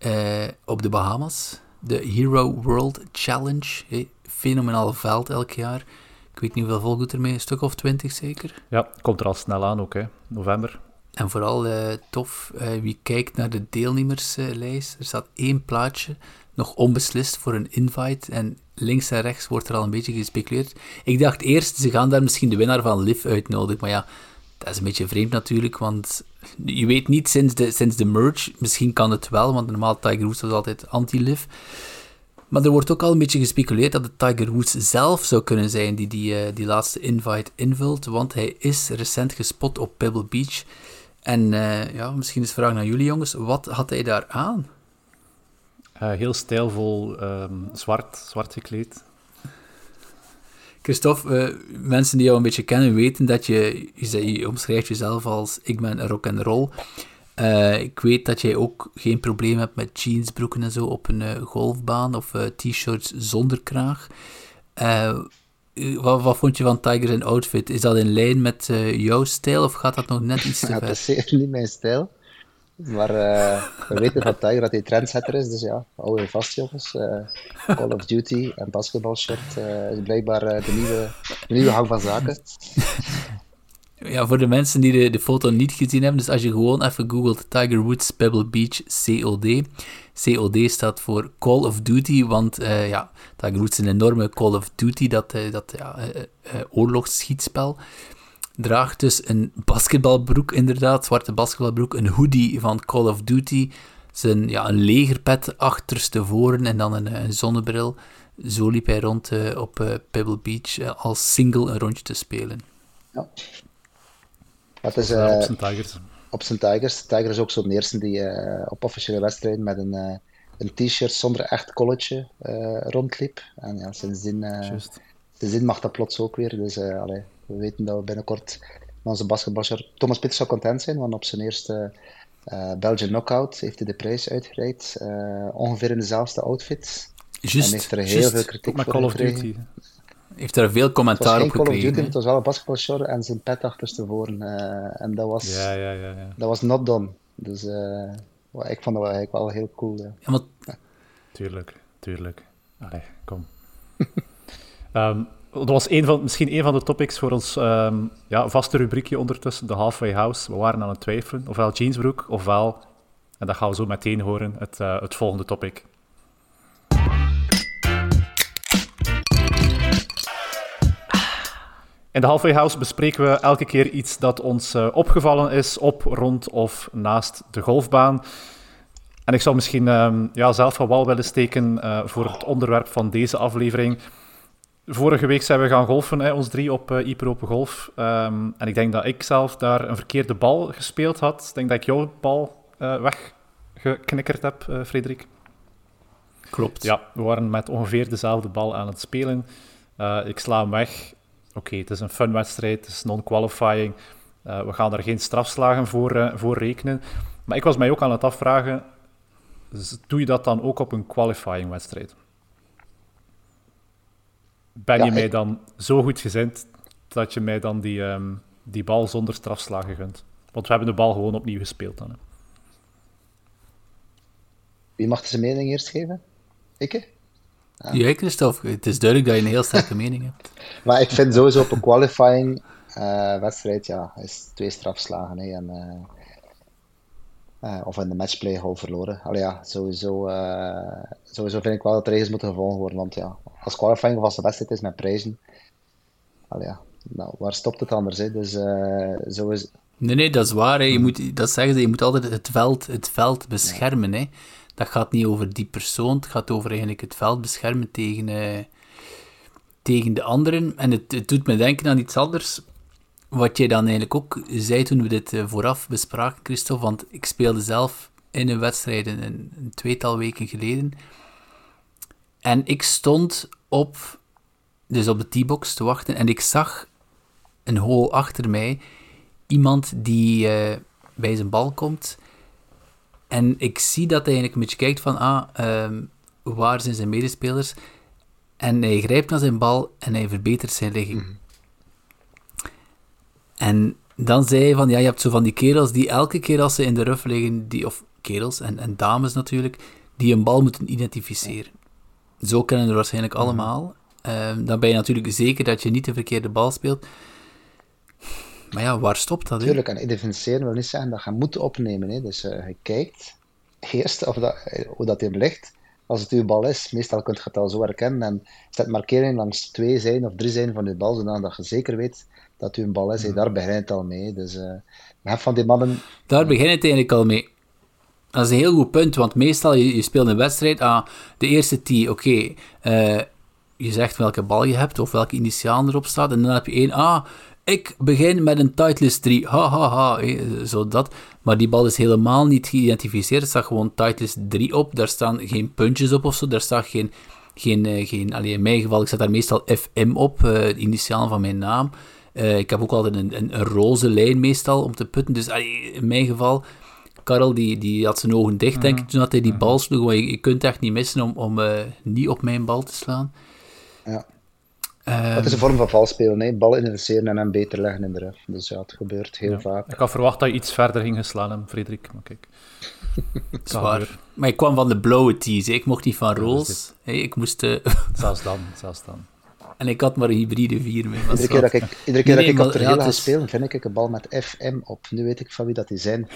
op de Bahamas. De Hero World Challenge. Fenomenaal veld elk jaar. Ik weet niet hoeveel volgt ermee, een stuk of 20 zeker? Ja, komt er al snel aan ook, hè. November. En vooral tof, wie kijkt naar de deelnemerslijst, er staat 1 plaatje nog onbeslist voor een invite. En links en rechts wordt er al een beetje gespeculeerd. Ik dacht eerst, ze gaan daar misschien de winnaar van LIV uitnodigen. Maar ja, dat is een beetje vreemd natuurlijk, want je weet niet sinds de merge. Misschien kan het wel, want normaal Tiger Woods was altijd anti-LIV. Maar er wordt ook al een beetje gespeculeerd dat het Tiger Woods zelf zou kunnen zijn die laatste invite invult. Want hij is recent gespot op Pebble Beach. En misschien is de vraag naar jullie jongens, wat had hij daar aan? Heel stijlvol, zwart gekleed. Christophe, mensen die jou een beetje kennen weten dat je omschrijft jezelf als ik ben rock'n'roll. Ik weet dat jij ook geen probleem hebt met jeansbroeken en zo op een golfbaan of t-shirts zonder kraag. Wat vond je van Tiger zijn outfit? Is dat in lijn met jouw stijl of gaat dat nog net iets te ver? Dat is zeker niet mijn stijl. Maar we weten van Tiger dat hij trendsetter is, dus ja, hou je vast jongens. Call of Duty en basketbalshirt is blijkbaar de nieuwe hang van zaken. Ja, voor de mensen die de foto niet gezien hebben, dus als je gewoon even googelt Tiger Woods Pebble Beach COD. COD staat voor Call of Duty, want Tiger Woods is een enorme Call of Duty, dat oorlogsschietspel. Draagt dus een basketbalbroek, inderdaad, zwarte basketbalbroek, een hoodie van Call of Duty, een legerpet achterstevoren en dan een zonnebril. Zo liep hij rond op Pebble Beach als single een rondje te spelen. Ja. Het is, op zijn Tigers. Op zijn Tigers. Tiger is ook zo'n eerste die op officiële wedstrijden met een t-shirt zonder echt colletje rondliep. En ja, sindsdien mag dat plots ook weer. Dus we weten dat we binnenkort met onze basketbalshirt... Thomas Pieters zou content zijn, want op zijn eerste Belgian Knockout heeft hij de prijs uitgereikt. Ongeveer in dezelfde outfit. En heeft er heel veel kritiek voor Call of gekregen. Duty. Heeft daar veel commentaar op gekregen. Het was geen Call of Duty, het was wel een basketbalshort en zijn pet achterstevoren. En dat was... Ja. Dat was not done. Dus ik vond dat eigenlijk wel heel cool. Ja, maar... Tuurlijk. Allee, kom. Dat was misschien een van de topics voor ons vaste rubriekje ondertussen, de Halfway House. We waren aan het twijfelen, ofwel jeansbroek, ofwel, en dat gaan we zo meteen horen, het volgende topic. In de Halfway House bespreken we elke keer iets dat ons opgevallen is op, rond of naast de golfbaan. En ik zou misschien zelf van wal willen steken voor het onderwerp van deze aflevering. Vorige week zijn we gaan golfen, ons 3 op Ieper Open Golf. En ik denk dat ik zelf daar een verkeerde bal gespeeld had. Ik denk dat ik jouw bal weggeknikkerd heb, Frederik. Klopt. Ja, we waren met ongeveer dezelfde bal aan het spelen. Ik sla hem weg. Oké, het is een funwedstrijd, het is non-qualifying. We gaan daar geen strafslagen voor rekenen. Maar ik was mij ook aan het afvragen, doe je dat dan ook op een qualifying wedstrijd? Ben je mij dan zo goed gezind dat je mij dan die bal zonder strafslagen gunt? Want we hebben de bal gewoon opnieuw gespeeld dan. Hè. Wie mag zijn mening eerst geven? Ik? Ja, Christophe, het is duidelijk dat je een heel sterke mening hebt. Maar ik vind sowieso op een qualifying wedstrijd, is 2 strafslagen. Hè, of in de matchplay al verloren. Sowieso vind ik wel dat de regels moeten gevolgd worden. Want als qualifying of als de wedstrijd is met prijzen, waar stopt het anders? Hè? Dus sowieso... Nee, dat is waar. Hè. Je moet altijd het veld beschermen. Hè. Dat gaat niet over die persoon, het gaat over eigenlijk het veld beschermen tegen de anderen. En het doet me denken aan iets anders, wat jij dan eigenlijk ook zei toen we dit vooraf bespraken, Christophe, want ik speelde zelf in een wedstrijd een 2-tal weken geleden. En ik stond op de T-box te wachten en ik zag een hole achter mij, iemand die bij zijn bal komt. En ik zie dat hij eigenlijk een beetje kijkt van, waar zijn zijn medespelers? En hij grijpt naar zijn bal en hij verbetert zijn ligging. Mm-hmm. En dan zei hij van, je hebt zo van die kerels die elke keer als ze in de ruf liggen, of kerels en dames natuurlijk, die een bal moeten identificeren. Zo kennen we er waarschijnlijk allemaal. Dan ben je natuurlijk zeker dat je niet de verkeerde bal speelt. Maar waar stopt dat? Tuurlijk, en identificeren wil niet zeggen dat je moet opnemen. Hè. Dus je kijkt eerst hoe dat hem ligt. Als het uw bal is, meestal kun je het al zo herkennen. En zet markering langs 2 zijden of 3 zijden van je bal, zodat je zeker weet dat het uw bal is. Daar begint het al mee. Dus je hebt van die mannen... Daar begint het eigenlijk al mee. Dat is een heel goed punt, want meestal je speelt een wedstrijd. De eerste tee, oké. Je zegt welke bal je hebt of welke initiaal erop staat. En dan heb je 1. Ik begin met een Titleist 3. Zo dat. Maar die bal is helemaal niet geïdentificeerd. Er staat gewoon Titleist 3 op. Daar staan geen puntjes op of zo. Daar staat geen in mijn geval, ik zet daar meestal FM op, de initiaal van mijn naam. Ik heb ook altijd een roze lijn meestal om te putten. Dus in mijn geval, Karel die had zijn ogen dicht, denk ik, toen hij die bal sloeg. Maar je kunt echt niet missen om niet op mijn bal te slaan. Ja. Dat is een vorm van vals spelen, hè? Bal identificeren en hem beter leggen in de rug. Dus het gebeurt heel vaak. Ik had verwacht dat je iets verder ging geslaan hebben, Frederik. Maar kijk. Zwaar. Maar ik kwam van de blauwe tees, ik mocht niet van roze. Ik moest... Zelfs dan. En ik had maar een hybride 4 mee. Iedere keer dat ik op de rail ga spelen, vind ik een bal met FM op. Nu weet ik van wie dat die zijn.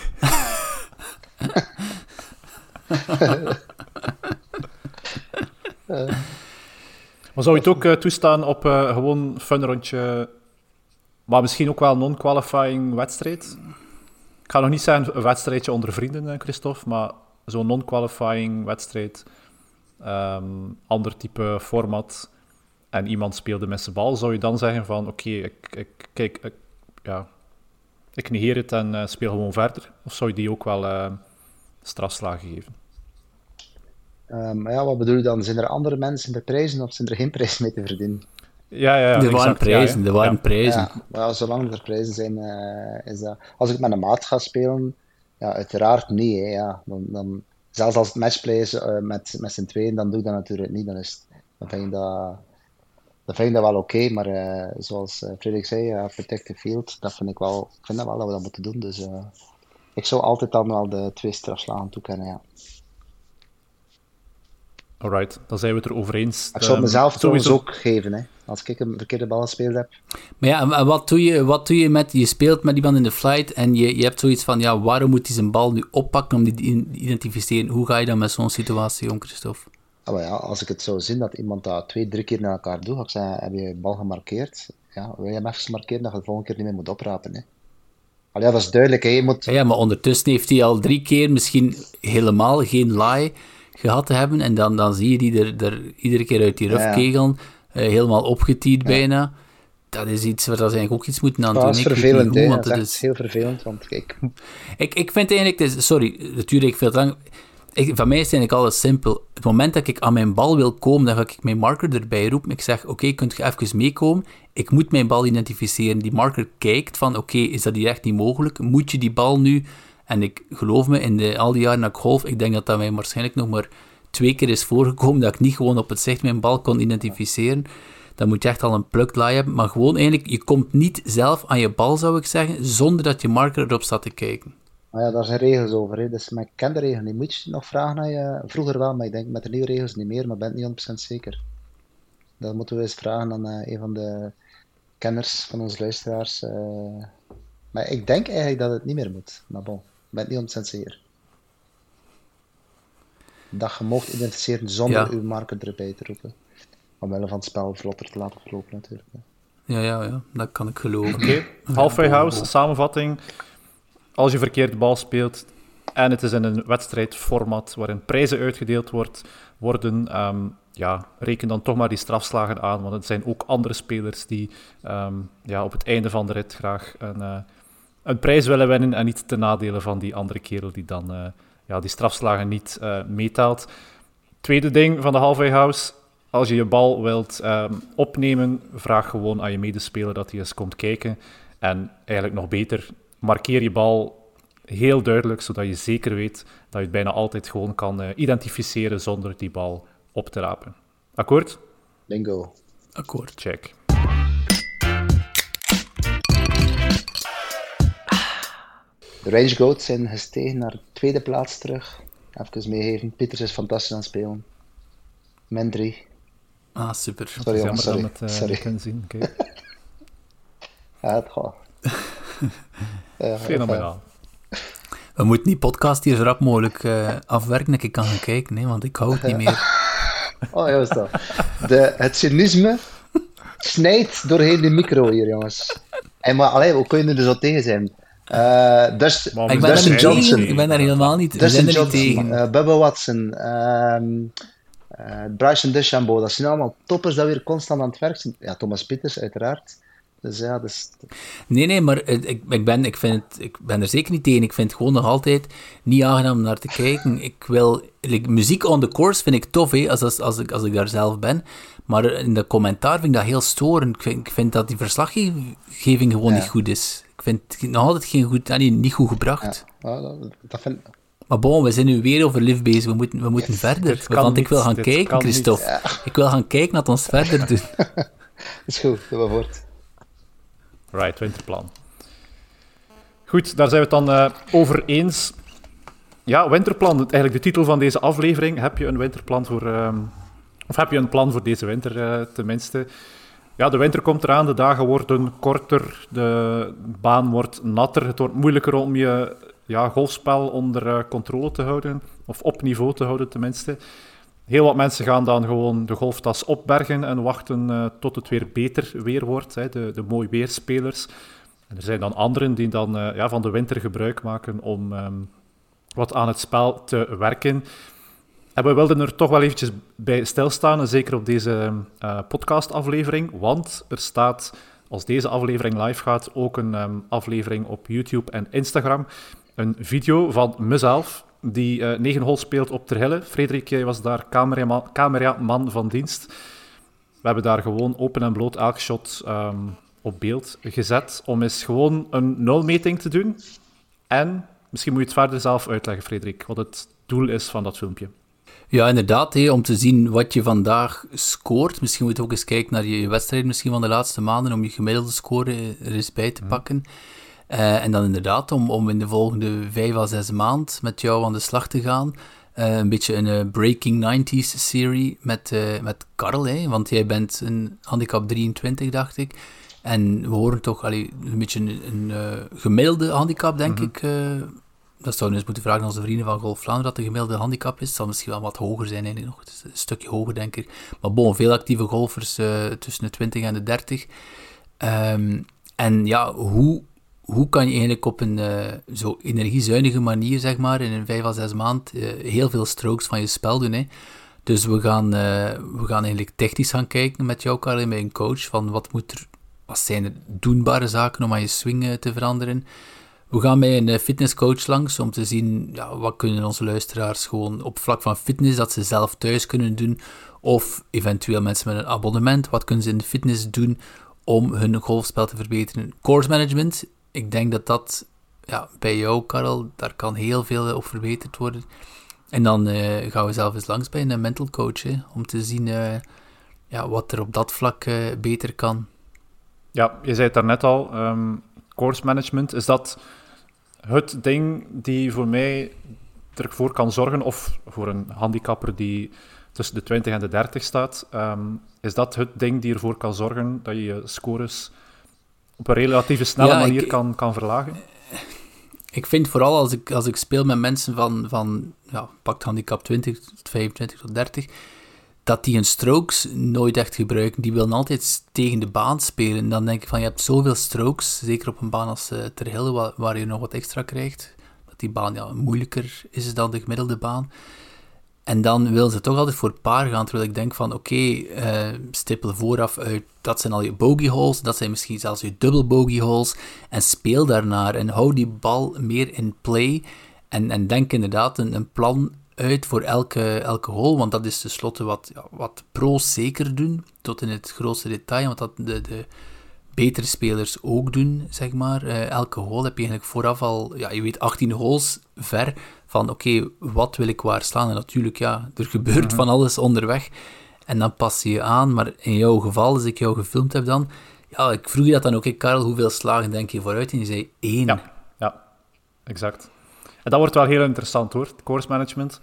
Maar zou je het ook toestaan op gewoon fun rondje, maar misschien ook wel non-qualifying wedstrijd? Ik ga nog niet zeggen een wedstrijdje onder vrienden, Christophe, maar zo'n non-qualifying wedstrijd, ander type format, en iemand speelde met zijn bal, zou je dan zeggen van oké, ik negeer het en speel gewoon verder? Of zou je die ook wel strafslagen geven? Wat bedoel je dan? Zijn er andere mensen met prijzen of zijn er geen prijzen mee te verdienen? Ja, er waren prijzen, er waren prijzen. Ja, zolang er prijzen zijn, is dat... Als ik met een maat ga spelen, uiteraard niet. Hè, ja. Dan, zelfs als het matchplay is met z'n tweeën, dan doe ik dat natuurlijk niet. Dan vind ik dat wel oké, maar zoals Frederik zei, protect the field, ik vind dat wel dat we dat moeten doen. Dus ik zou altijd dan wel de 2 strafslagen toekennen, ja. Alright, dan zijn we het erover eens. Ik zou het mezelf trouwens ook geven, hè, als ik een verkeerde bal gespeeld heb. Maar ja, wat doe je met... Je speelt met iemand in de flight en je hebt zoiets van, waarom moet hij zijn bal nu oppakken om die te identificeren? Hoe ga je dan met zo'n situatie om, Christophe? Als ik het zou zien dat iemand dat 2-3 keer naar elkaar doet, ga ik zeggen, heb je je bal gemarkeerd? Ja, wil je hem even markeren dat je de volgende keer niet meer moet oprapen, hè? Dat is duidelijk, hè. Je moet... Ja, maar ondertussen heeft hij al 3 keer misschien helemaal geen lie gehad te hebben, en dan zie je die er iedere keer uit die ruf kegelen, helemaal opgetierd bijna. Dat is iets waar ze eigenlijk ook iets moeten aan doen. Dat is vervelend, hè. Dat is heel vervelend, want kijk... Ik vind eigenlijk... Sorry, het duurt veel te lang. Van mij is het eigenlijk alles simpel. Het moment dat ik aan mijn bal wil komen, dan ga ik mijn marker erbij roepen. Ik zeg, oké, kunt je even meekomen? Ik moet mijn bal identificeren. Die marker kijkt van, oké, is dat hier echt niet mogelijk? Moet je die bal nu En ik geloof me, in al die jaren dat ik golf, ik denk dat mij waarschijnlijk nog maar 2 keer is voorgekomen dat ik niet gewoon op het zicht mijn bal kon identificeren. Dan moet je echt al een plucked lie hebben. Maar gewoon eigenlijk, je komt niet zelf aan je bal, zou ik zeggen, zonder dat je marker erop staat te kijken. Maar ja, daar zijn regels over. Hè. Dus, maar ik ken de regels niet. Moet je nog vragen aan je... Vroeger wel, maar ik denk met de nieuwe regels niet meer, maar ben niet 100% zeker. Dat moeten we eens vragen aan een van de kenners van onze luisteraars. Maar ik denk eigenlijk dat het niet meer moet. Maar bon, ik ben niet 100% zeker. Dat je mocht identificeren zonder uw marker erbij te roepen. Omwille van het spel vlotter te laten verlopen natuurlijk. Ja, dat kan ik geloven. Oké, halfway house, samenvatting. Als je verkeerd de bal speelt en het is in een wedstrijdformat waarin prijzen uitgedeeld worden, reken dan toch maar die strafslagen aan, want het zijn ook andere spelers die op het einde van de rit graag een prijs willen winnen en niet ten nadele van die andere kerel die dan die strafslagen niet meetelt. Tweede ding van de halfway house, als je je bal wilt opnemen, vraag gewoon aan je medespeler dat hij eens komt kijken. En eigenlijk nog beter, markeer je bal heel duidelijk, zodat je zeker weet dat je het bijna altijd gewoon kan identificeren zonder die bal op te rapen. Akkoord? Bingo. Akkoord. Check. De Range Goats zijn gestegen naar de tweede plaats terug. Even meegeven, Pieters is fantastisch aan het spelen. Min 3. Ah, super. Sorry jongens, sorry. Kunnen zien. Okay. Ja, het gaat. Fenomenaal. We moeten die podcast hier zo rap mogelijk afwerken dat ik kan gaan kijken, hè, want ik hou het niet meer. Oh, ja, is dat. Het cynisme snijdt doorheen de micro hier, jongens. En maar, hoe kun je er zo tegen zijn? Ik ben daar helemaal niet, Dustin Johnson, Bubba Watson, Bryson DeChambeau, dat zijn allemaal toppers dat weer constant aan het werk zijn. Ja, Thomas Pieters, uiteraard. Dus ja, dus... Nee, maar ik ben er zeker niet tegen. Ik vind het gewoon nog altijd niet aangenaam om naar te kijken. Ik wil... muziek on the course vind ik tof, hè, als ik daar zelf ben. Maar in de commentaar vind ik dat heel storend. Ik vind dat die verslaggeving gewoon niet goed is. Ik vind het nog altijd niet goed gebracht. Ja, dat vind... Maar bon, we zijn nu weer over Liv bezig. We moeten verder. Want ik wil gaan kijken, Christophe. Ja. Ik wil gaan kijken wat ons verder doet. Is goed, doe maar voort. Right, winterplan. Goed, daar zijn we het dan over eens. Ja, winterplan, eigenlijk de titel van deze aflevering. Heb je een winterplan of heb je een plan voor deze winter tenminste? Ja, de winter komt eraan, de dagen worden korter, de baan wordt natter, het wordt moeilijker om je golfspel onder controle te houden, of op niveau te houden tenminste. Heel wat mensen gaan dan gewoon de golftas opbergen en wachten tot het weer beter weer wordt, de mooi weerspelers. En er zijn dan anderen die dan van de winter gebruik maken om wat aan het spel te werken. En we wilden er toch wel eventjes bij stilstaan, en zeker op deze podcastaflevering, want er staat, als deze aflevering live gaat, ook een aflevering op YouTube en Instagram. Een video van mezelf, die 9 hole speelt op Terhille. Frederik, jij was daar cameraman van dienst. We hebben daar gewoon open en bloot elk shot op beeld gezet, om eens gewoon een nulmeting te doen. En misschien moet je het verder zelf uitleggen, Frederik, wat het doel is van dat filmpje. Ja, inderdaad, om te zien wat je vandaag scoort. Misschien moet je ook eens kijken naar je wedstrijd misschien van de laatste maanden, om je gemiddelde score er eens bij te pakken. En dan inderdaad, om in de volgende 5 à 6 maanden met jou aan de slag te gaan. Een beetje een Breaking 90s serie met Karel, want jij bent een handicap 23, dacht ik. En we horen toch een beetje een gemiddelde handicap, denk ik. Dat zouden we eens moeten vragen aan onze vrienden van Golf Vlaanderen, dat de gemiddelde handicap is. Het zal misschien wel wat hoger zijn, nog. Het is een stukje hoger, denk ik. Maar bon, veel actieve golfers tussen de 20 en de 30. En ja, hoe kan je eigenlijk op een zo energiezuinige manier, zeg maar, in een 5 à 6 maand heel veel strokes van je spel doen, hè? Dus we gaan eigenlijk technisch gaan kijken met jou, Karel, met een coach, van wat zijn er doenbare zaken om aan je swing te veranderen. We gaan bij een fitnesscoach langs om te zien, wat kunnen onze luisteraars gewoon op vlak van fitness, dat ze zelf thuis kunnen doen, of eventueel mensen met een abonnement, wat kunnen ze in de fitness doen om hun golfspel te verbeteren. Course management, ik denk dat bij jou, Karel, daar kan heel veel op verbeterd worden. En dan gaan we zelf eens langs bij een mental coach, hè, om te zien wat er op dat vlak beter kan. Ja, je zei het daarnet al, course management, is dat het ding die voor mij ervoor kan zorgen, of voor een handicapper die tussen de 20 en de 30 staat, is dat het ding die ervoor kan zorgen dat je je scores op een relatieve snelle manier kan verlagen? Ik vind vooral als ik speel met mensen van pakt handicap 20 tot 25 tot 30, dat die hun strokes nooit echt gebruiken. Die willen altijd tegen de baan spelen. Dan denk ik van, je hebt zoveel strokes, zeker op een baan als Ter Hilde, waar je nog wat extra krijgt. Dat die baan moeilijker is dan de gemiddelde baan. En dan willen ze toch altijd voor par gaan, terwijl ik denk van, stippel vooraf uit, dat zijn al je bogey holes, dat zijn misschien zelfs je dubbel bogey holes, en speel daarnaar, en hou die bal meer in play, en denk inderdaad een plan uit voor elke hole, want dat is tenslotte wat pro's zeker doen, tot in het grootste detail, want dat de betere spelers ook doen, zeg maar. Elke hole heb je eigenlijk vooraf al, je weet 18 holes ver, van wat wil ik waar slaan? En natuurlijk, er gebeurt van alles onderweg, en dan pas je je aan, maar in jouw geval, als ik jou gefilmd heb dan, ik vroeg je dat dan ook, Karel, hoeveel slagen denk je vooruit? En je zei 1. Ja, exact. En dat wordt wel heel interessant hoor, het course management.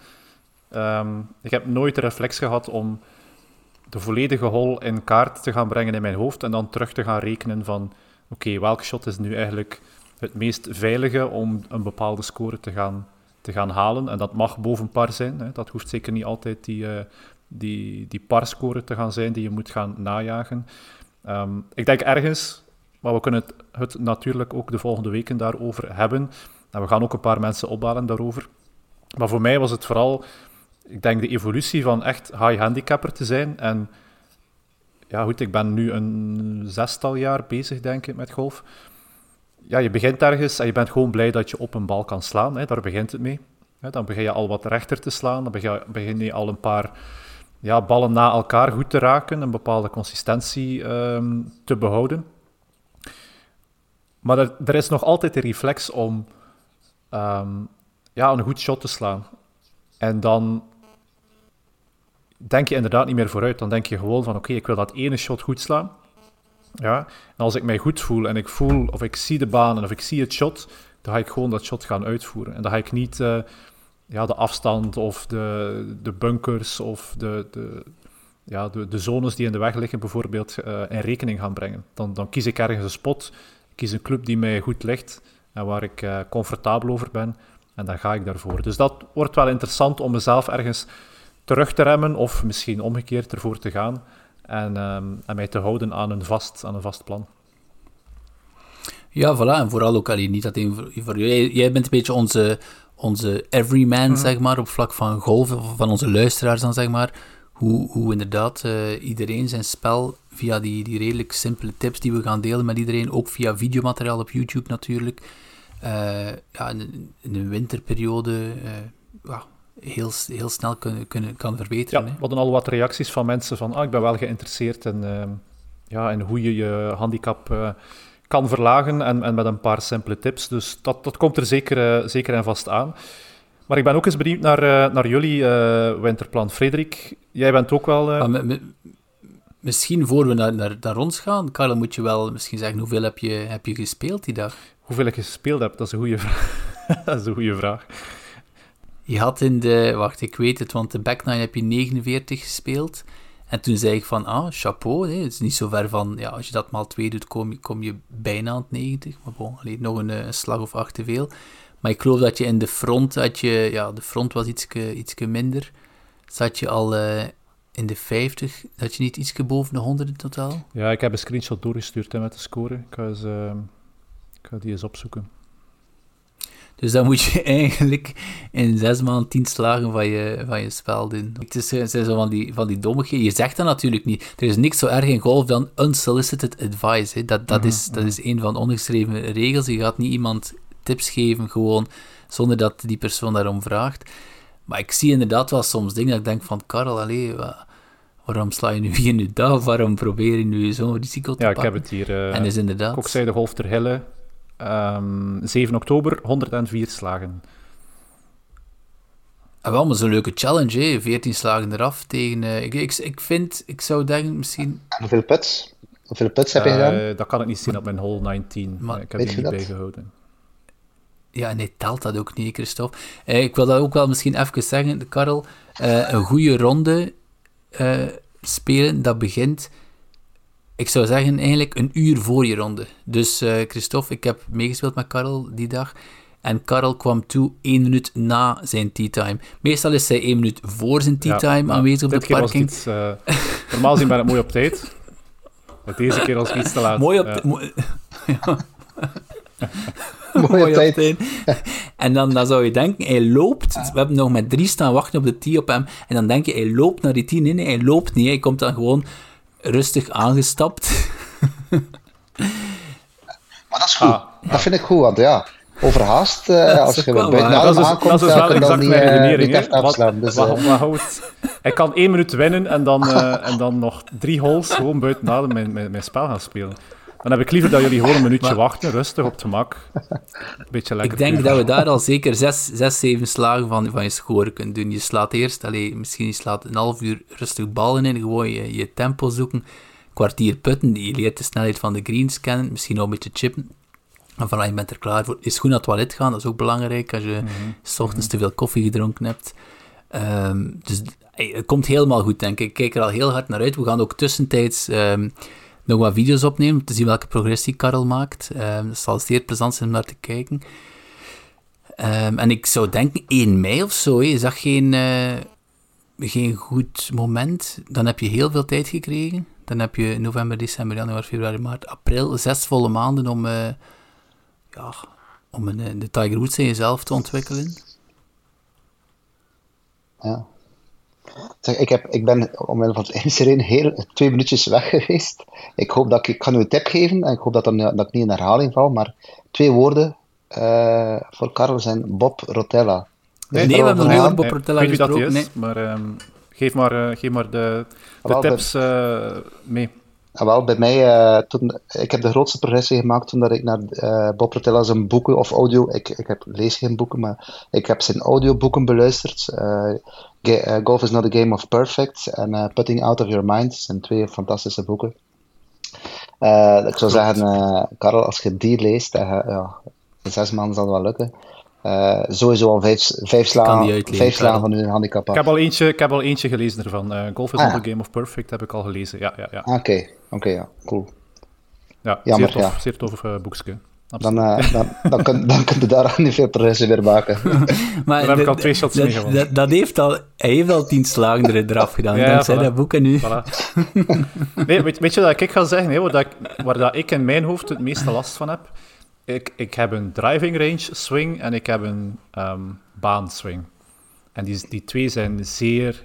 Ik heb nooit de reflex gehad om de volledige hole in kaart te gaan brengen in mijn hoofd en dan terug te gaan rekenen van welk shot is nu eigenlijk het meest veilige om een bepaalde score te gaan halen. En dat mag boven par zijn. Hè. Dat hoeft zeker niet altijd die par-score te gaan zijn die je moet gaan najagen. Ik denk ergens, maar we kunnen het natuurlijk ook de volgende weken daarover hebben. En we gaan ook een paar mensen opbellen daarover. Maar voor mij was het vooral, ik denk, de evolutie van echt high handicapper te zijn. En ja, goed, ik ben nu een 6-tal jaar bezig, denk ik, met golf. Ja, je begint ergens en je bent gewoon blij dat je op een bal kan slaan. Hè. Daar begint het mee. Dan begin je al wat rechter te slaan. Dan begin je al een paar ballen na elkaar goed te raken. Een bepaalde consistentie te behouden. Maar er is nog altijd de reflex om een goed shot te slaan. En dan denk je inderdaad niet meer vooruit. Dan denk je gewoon van, ik wil dat ene shot goed slaan. Ja? En als ik mij goed voel en ik voel of ik zie de baan en of ik zie het shot, dan ga ik gewoon dat shot gaan uitvoeren. En dan ga ik niet de afstand of de bunkers of de zones die in de weg liggen bijvoorbeeld in rekening gaan brengen. Dan kies ik ergens een spot, ik kies een club die mij goed ligt en waar ik comfortabel over ben. En dan ga ik daarvoor. Dus dat wordt wel interessant om mezelf ergens terug te remmen of misschien omgekeerd ervoor te gaan en mij te houden aan een vast plan. Ja, voilà. En vooral ook niet dat voor jij bent een beetje onze everyman, zeg maar, op vlak van golf, of van onze luisteraars dan, zeg maar. Hoe inderdaad iedereen zijn spel via die redelijk simpele tips die we gaan delen met iedereen, ook via videomateriaal op YouTube natuurlijk, in de winterperiode heel snel kan verbeteren. Ja, we hadden al wat reacties van mensen van, ik ben wel geïnteresseerd in hoe je je handicap kan verlagen en met een paar simpele tips. Dus dat komt er zeker en vast aan. Maar ik ben ook eens benieuwd naar jullie winterplan. Frederik, jij bent ook wel... Misschien voor we naar ons gaan, Karel, moet je wel misschien zeggen, hoeveel heb je gespeeld die dag? Hoeveel ik gespeeld heb, dat is een goede vraag. Dat is een goede vraag. Je had wacht, ik weet het, want de back nine heb je 49 gespeeld. En toen zei ik van, chapeau, het is niet zo ver van, als je dat maal 2 doet, kom je bijna aan het 90. Maar bon, nog een slag of 8 te veel. Maar ik geloof dat je in de front, de front was ietske minder. Zat je al in de 50, dat je niet ietske boven de 100 in totaal? Ja, ik heb een screenshot doorgestuurd met de score. Ik ga die eens opzoeken. Dus dan moet je eigenlijk in 6 maanden 10 slagen van je spel doen. Het zijn zo van die dommigheden. Je zegt dat natuurlijk niet. Er is niks zo erg in golf dan unsolicited advice. Hè. Dat is een van de ongeschreven regels. Je gaat niet iemand tips geven gewoon zonder dat die persoon daarom vraagt. Maar ik zie inderdaad wel soms dingen dat ik denk van, Karel, waarom sla je nu hier nu dat? Waarom probeer je nu zo'n risico te pakken? Ja, ik heb het hier. En is inderdaad... Kokzijde Golf Ter Hille, 7 oktober, 104 slagen. Wel, maar zo'n leuke challenge, hè? 14 slagen eraf tegen... ik zou denken, misschien... En hoeveel puts heb je gedaan? Dat kan ik niet zien op mijn hole 19. Maar ik heb die niet bijgehouden. Ja, nee, telt dat ook niet, Christophe. Ik wil dat ook wel misschien even zeggen, Karel. Een goede ronde spelen, dat begint... Ik zou zeggen, eigenlijk een uur voor je ronde. Dus Christophe, ik heb meegespeeld met Karel die dag. En Karel kwam toe 1 minuut na zijn tea time. Meestal is hij 1 minuut voor zijn tea time aanwezig op de parking. Iets, normaal gezien ben ik mooi op tijd. Maar deze keer was ik iets te laat. Mooi op Mooi op tijd. En dan zou je denken, hij loopt. We hebben nog met 3 staan wachten op de tee op hem. En dan denk je, hij loopt naar die 10. Nee, hij loopt niet. Hij komt dan gewoon rustig aangestapt. Maar dat is goed. Dat vind ik goed, want ja, overhaast, als je buiten adem aankomt, dat is wel exact mijn redenering. Niet echt afslaan. Dus, hij kan 1 minuut winnen en dan nog 3 holes gewoon buiten adem mijn spel gaan spelen. Dan heb ik liever dat jullie gewoon een minuutje wachten, rustig, op het gemak. Een beetje lekker. Ik denk dat we daar al zeker 6, 7 slagen van je score kunnen doen. Je slaat eerst, misschien je slaat een half uur rustig ballen in, gewoon je tempo zoeken, kwartier putten, je leert de snelheid van de greens kennen, misschien nog een beetje chippen. En voilà, je bent er klaar voor. Is goed naar het toilet gaan, dat is ook belangrijk als je 's ochtends te veel koffie gedronken hebt. Dus het komt helemaal goed, denk ik. Ik kijk er al heel hard naar uit. We gaan ook tussentijds nog wat video's opnemen, om te zien welke progressie Karel maakt. Het zal zeer plezant zijn om naar te kijken. En ik zou denken 1 mei of zo, is dat geen goed moment? Dan heb je heel veel tijd gekregen. Dan heb je november, december, januari, februari, maart, april, 6 volle maanden om de Tiger Woods in jezelf te ontwikkelen. Ja. Zeg, ik ben omwille van het insereren 2 minuutjes weg geweest. Ik kan u een tip geven en ik hoop dat ik niet in herhaling val, maar 2 woorden voor Karel zijn Bob Rotella. Nee, we hebben nog niet over Bob Rotella gesproken. Ik weet wie dat is, maar geef maar de tips mee. Wel, bij mij, ik heb de grootste progressie gemaakt toen dat ik naar Bob Rotella zijn boeken of audio, ik lees geen boeken, maar ik heb zijn audioboeken beluisterd. Golf is not a game of perfect en Putting Out of Your Mind zijn 2 fantastische boeken. Ik zou zeggen, Karel, als je die leest, in 6 maanden zal het wel lukken. Sowieso al 5 slagen van uw handicap af. Ik heb al eentje gelezen ervan. Golf is not a game of perfect heb ik al gelezen. Ja. Oké, ja, cool. Ja, zeer tof boekje. Dan kun je daar niet veel progressie weer maken. Maar dan heb ik al 2 shots mee gewonnen. Hij heeft al 10 slagen eraf gedaan, dankzij dat boeken nu. Voilà. Nee, weet je dat ik ga zeggen, waar dat ik in mijn hoofd het meeste last van heb? Ik heb een driving range swing en ik heb een baanswing. En die 2 zijn zeer...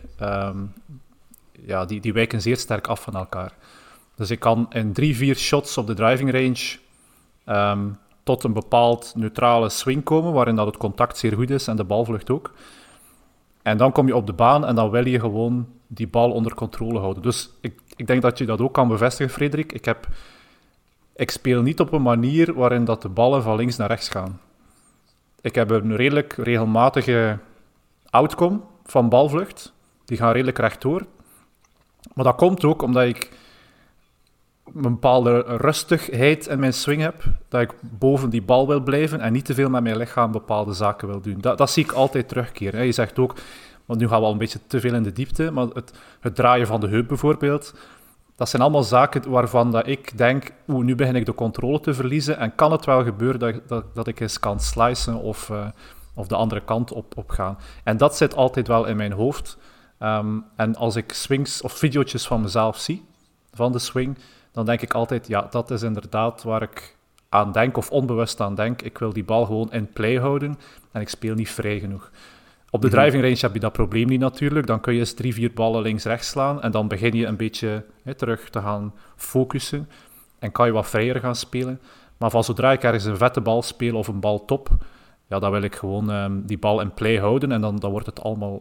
die wijken zeer sterk af van elkaar. Dus ik kan in 3-4 shots op de driving range tot een bepaald neutrale swing komen, waarin dat het contact zeer goed is en de balvlucht ook. En dan kom je op de baan en dan wil je gewoon die bal onder controle houden. Dus ik denk dat je dat ook kan bevestigen, Frederik. Ik speel niet op een manier waarin dat de ballen van links naar rechts gaan. Ik heb een redelijk regelmatige outcome van balvlucht. Die gaan redelijk rechtdoor. Maar dat komt ook omdat ik een bepaalde rustigheid in mijn swing heb. Dat ik boven die bal wil blijven en niet te veel met mijn lichaam bepaalde zaken wil doen. Dat zie ik altijd terugkeren. Je zegt ook, want nu gaan we al een beetje te veel in de diepte, maar het draaien van de heup bijvoorbeeld... Dat zijn allemaal zaken waarvan dat ik denk, nu begin ik de controle te verliezen en kan het wel gebeuren dat ik eens kan slicen of de andere kant op gaan. En dat zit altijd wel in mijn hoofd. En als ik swings of video's van mezelf zie, van de swing, dan denk ik altijd, ja, dat is inderdaad waar ik aan denk of onbewust aan denk. Ik wil die bal gewoon in play houden en ik speel niet vrij genoeg. Op de driving range heb je dat probleem niet natuurlijk. Dan kun je eens 3-4 ballen links-rechts slaan en dan begin je een beetje terug te gaan focussen en kan je wat vrijer gaan spelen. Maar van zodra ik ergens een vette bal speel of een bal top, ja, dan wil ik gewoon die bal in play houden en dan wordt het allemaal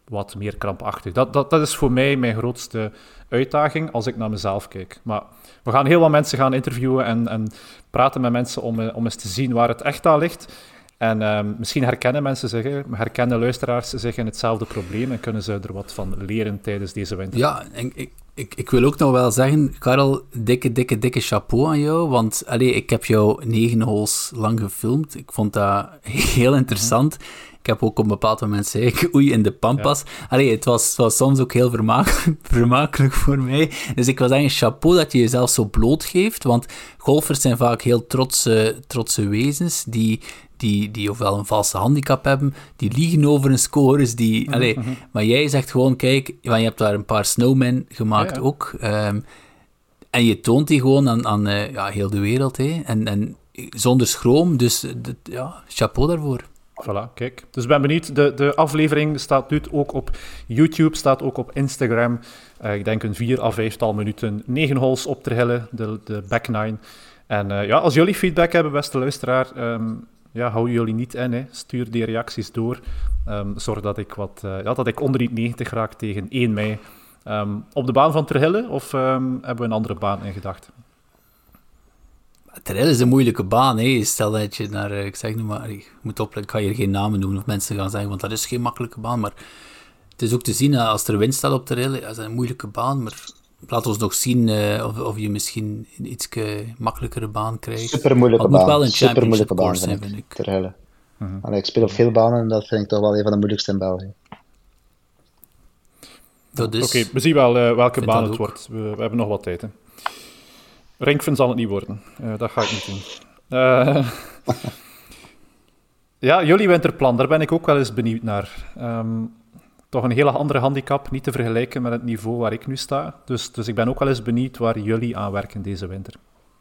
wat meer krampachtig. Dat is voor mij mijn grootste uitdaging als ik naar mezelf kijk. Maar we gaan heel wat mensen gaan interviewen en praten met mensen om eens te zien waar het echt aan ligt. En misschien herkennen luisteraars zich in hetzelfde probleem en kunnen ze er wat van leren tijdens deze winter. Ja, en ik wil ook nog wel zeggen, Karel, dikke chapeau aan jou, want ik heb jou 9 holes lang gefilmd. Ik vond dat heel interessant. Ik heb ook op een bepaald moment gezegd, oei, in de Pampas. Ja. Het was soms ook heel vermakelijk voor mij. Dus ik wil zeggen, chapeau dat je jezelf zo blootgeeft, want golfers zijn vaak heel trotse wezens, die ofwel een valse handicap hebben, die liegen over hun scores, maar jij zegt gewoon, kijk, je hebt daar een paar snowmen gemaakt ook, en je toont die gewoon aan heel de wereld, en zonder schroom, dus chapeau daarvoor. Voilà, kijk. Dus ik ben benieuwd. De aflevering staat nu ook op YouTube, staat ook op Instagram. Ik denk een 4 à 5 minuten, 9 holes op te hillen, de back 9. En als jullie feedback hebben, beste luisteraar, hou jullie niet in. Hè. Stuur die reacties door. Zorg dat ik onder die 90 raak tegen 1 mei. Op de baan van Terhille, of hebben we een andere baan in gedachten? Terhille is een moeilijke baan. Hè. Stel dat je naar, ik zeg nu maar, ik moet opletten, ik ga hier geen namen noemen of mensen gaan zeggen, want dat is geen makkelijke baan. Maar het is ook te zien, als er wind staat op Terhille, is dat een moeilijke baan. Maar laat ons nog zien of je misschien een iets makkelijkere baan krijgt. Supermoeilijke baan. Het moet wel een championship course zijn, vind ik. Terhille. Ik speel op veel banen en dat vind ik toch wel een van de moeilijkste in België. Oké, we zien wel welke baan het wordt. We hebben nog wat tijd. Hè. Rinkven zal het niet worden. Dat ga ik niet doen. Jullie winterplan, daar ben ik ook wel eens benieuwd naar. Toch een hele andere handicap, niet te vergelijken met het niveau waar ik nu sta. Dus ik ben ook wel eens benieuwd waar jullie aan werken deze winter.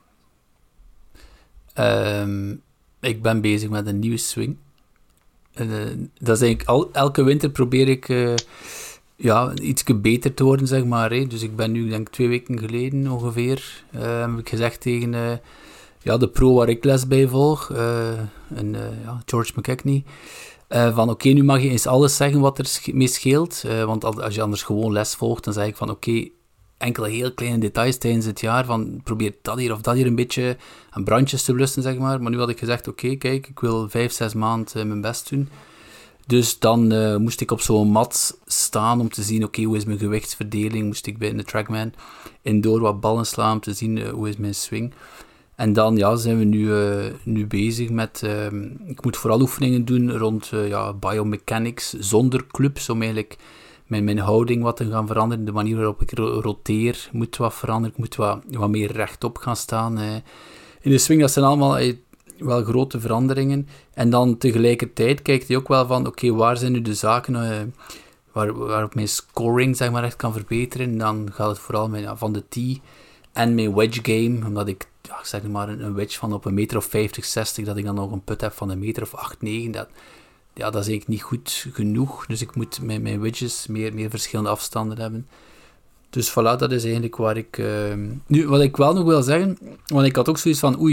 Ik ben bezig met een nieuwe swing. Dat is eigenlijk elke winter probeer ik iets beter te worden, zeg maar. Hè. Dus ik ben nu, denk ik, 2 weken geleden ongeveer, heb ik gezegd tegen de pro waar ik les bij volg, George McKechnie, van oké, nu mag je eens alles zeggen wat er mee scheelt, want als je anders gewoon les volgt, dan zeg ik van oké, enkele heel kleine details tijdens het jaar, van probeer dat hier of dat hier een beetje aan brandjes te blussen, zeg maar. Maar nu had ik gezegd, oké, kijk, ik wil 5-6 maanden mijn best doen. Dus dan moest ik op zo'n mat staan om te zien, oké, hoe is mijn gewichtsverdeling? Moest ik bij de Trackman indoor wat ballen slaan om te zien hoe is mijn swing. En dan zijn we nu bezig met... ik moet vooral oefeningen doen rond biomechanics zonder clubs, om eigenlijk mijn houding wat te gaan veranderen. De manier waarop ik roteer moet wat veranderen. Ik moet wat meer rechtop gaan staan. In de swing, dat zijn allemaal... wel grote veranderingen. En dan tegelijkertijd kijkt hij ook wel van, oké, waar zijn nu de zaken waarop mijn scoring, zeg maar, echt kan verbeteren. En dan gaat het vooral van de tee en mijn wedge game, omdat ik zeg maar een wedge van op 1,50 meter of 50, 60, dat ik dan nog een put heb van 1 meter of 8, 9, dat is eigenlijk niet goed genoeg. Dus ik moet met mijn wedges meer verschillende afstanden hebben. Dus voilà, dat is eigenlijk waar ik... Nu, wat ik wel nog wil zeggen, want ik had ook zoiets van,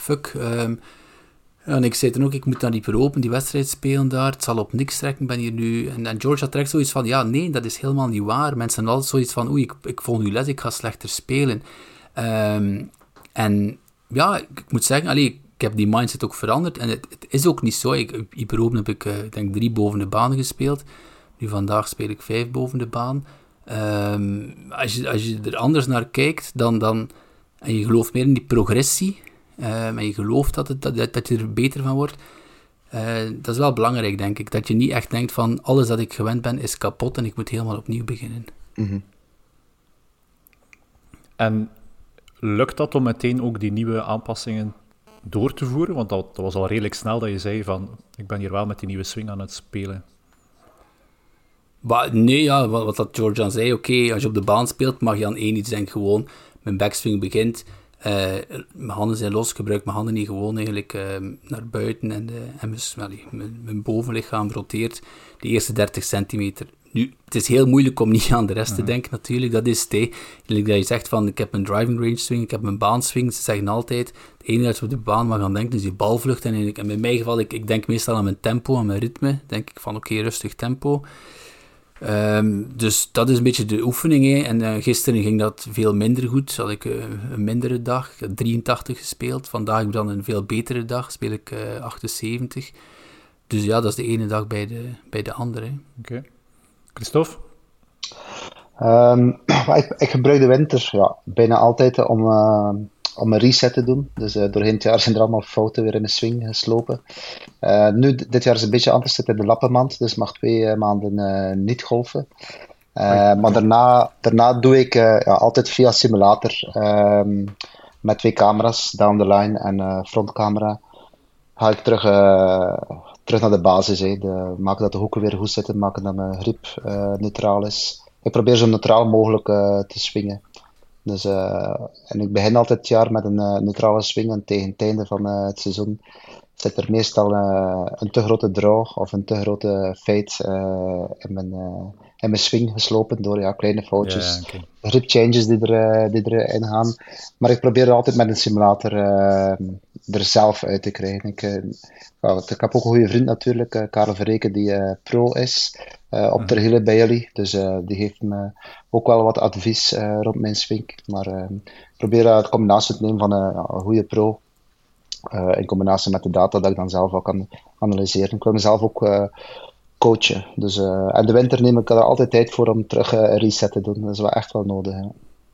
en ik zei toen ook, ik moet naar die Pro Open, die wedstrijd spelen daar, het zal op niks trekken, ben hier nu... En George had direct zoiets van, nee, dat is helemaal niet waar. Mensen hebben altijd zoiets van, ik volg nu les, ik ga slechter spelen. En ja, ik moet zeggen, ik heb die mindset ook veranderd. En het is ook niet zo. Die Pro Open heb ik, denk 3 boven de baan gespeeld. Nu vandaag speel ik 5 boven de baan. Als je er anders naar kijkt, dan en je gelooft meer in die progressie, en je gelooft dat je er beter van wordt, dat is wel belangrijk, denk ik. Dat je niet echt denkt van, alles dat ik gewend ben is kapot en ik moet helemaal opnieuw beginnen. Mm-hmm. En lukt dat om meteen ook die nieuwe aanpassingen door te voeren? Want dat was al redelijk snel dat je zei van, ik ben hier wel met die nieuwe swing aan het spelen. Nee, wat dat George aan zei, oké, als je op de baan speelt, mag je aan één iets denken, gewoon, mijn backswing begint, mijn handen zijn los, ik gebruik mijn handen niet gewoon eigenlijk naar buiten en mijn bovenlichaam roteert de eerste 30 centimeter. Nu, het is heel moeilijk om niet aan de rest te denken natuurlijk, dat is het. Dat je zegt van, ik heb een driving range swing, ik heb een baanswing, ze zeggen altijd, het enige dat je op de baan mag aan denken is die balvlucht. En in mijn geval, ik denk meestal aan mijn tempo, aan mijn ritme, denk ik van oké, rustig tempo. Dus dat is een beetje de oefening. Hè. En gisteren ging dat veel minder goed. Had ik een mindere dag. Ik had 83 gespeeld. Vandaag heb ik dan een veel betere dag. Speel ik 78. Dus ja, dat is de ene dag bij de andere. Oké. Christophe? Ik gebruik de winter bijna altijd om een reset te doen. Dus doorheen het jaar zijn er allemaal fouten weer in de swing geslopen. Dit jaar is een beetje anders, zit in de lappenmand, dus mag 2 maanden niet golfen. Maar daarna doe ik altijd via simulator met 2 camera's, down the line en frontcamera. Ga ik terug naar de basis. Maken dat de hoeken weer goed zitten, maken dat mijn grip neutraal is. Ik probeer zo neutraal mogelijk te swingen. Dus, en ik begin altijd het jaar met een neutrale swing en tegen het einde van het seizoen zit er meestal een te grote draw of een te grote fade in mijn swing geslopen door kleine foutjes, grip changes die erin gaan. Maar ik probeer altijd met een simulator er zelf uit te krijgen. Ik heb ook een goede vriend natuurlijk, Karel Verreken, die pro is op ter hiele bij jullie. Dus die geeft me ook wel wat advies rond mijn swing. Maar ik probeer de combinatie te nemen van een goede pro in combinatie met de data dat ik dan zelf ook kan analyseren. Ik wil mezelf ook coachen. Dus, en de winter neem ik er altijd tijd voor om terug een reset te doen. Dat is wel echt wel nodig. Hè.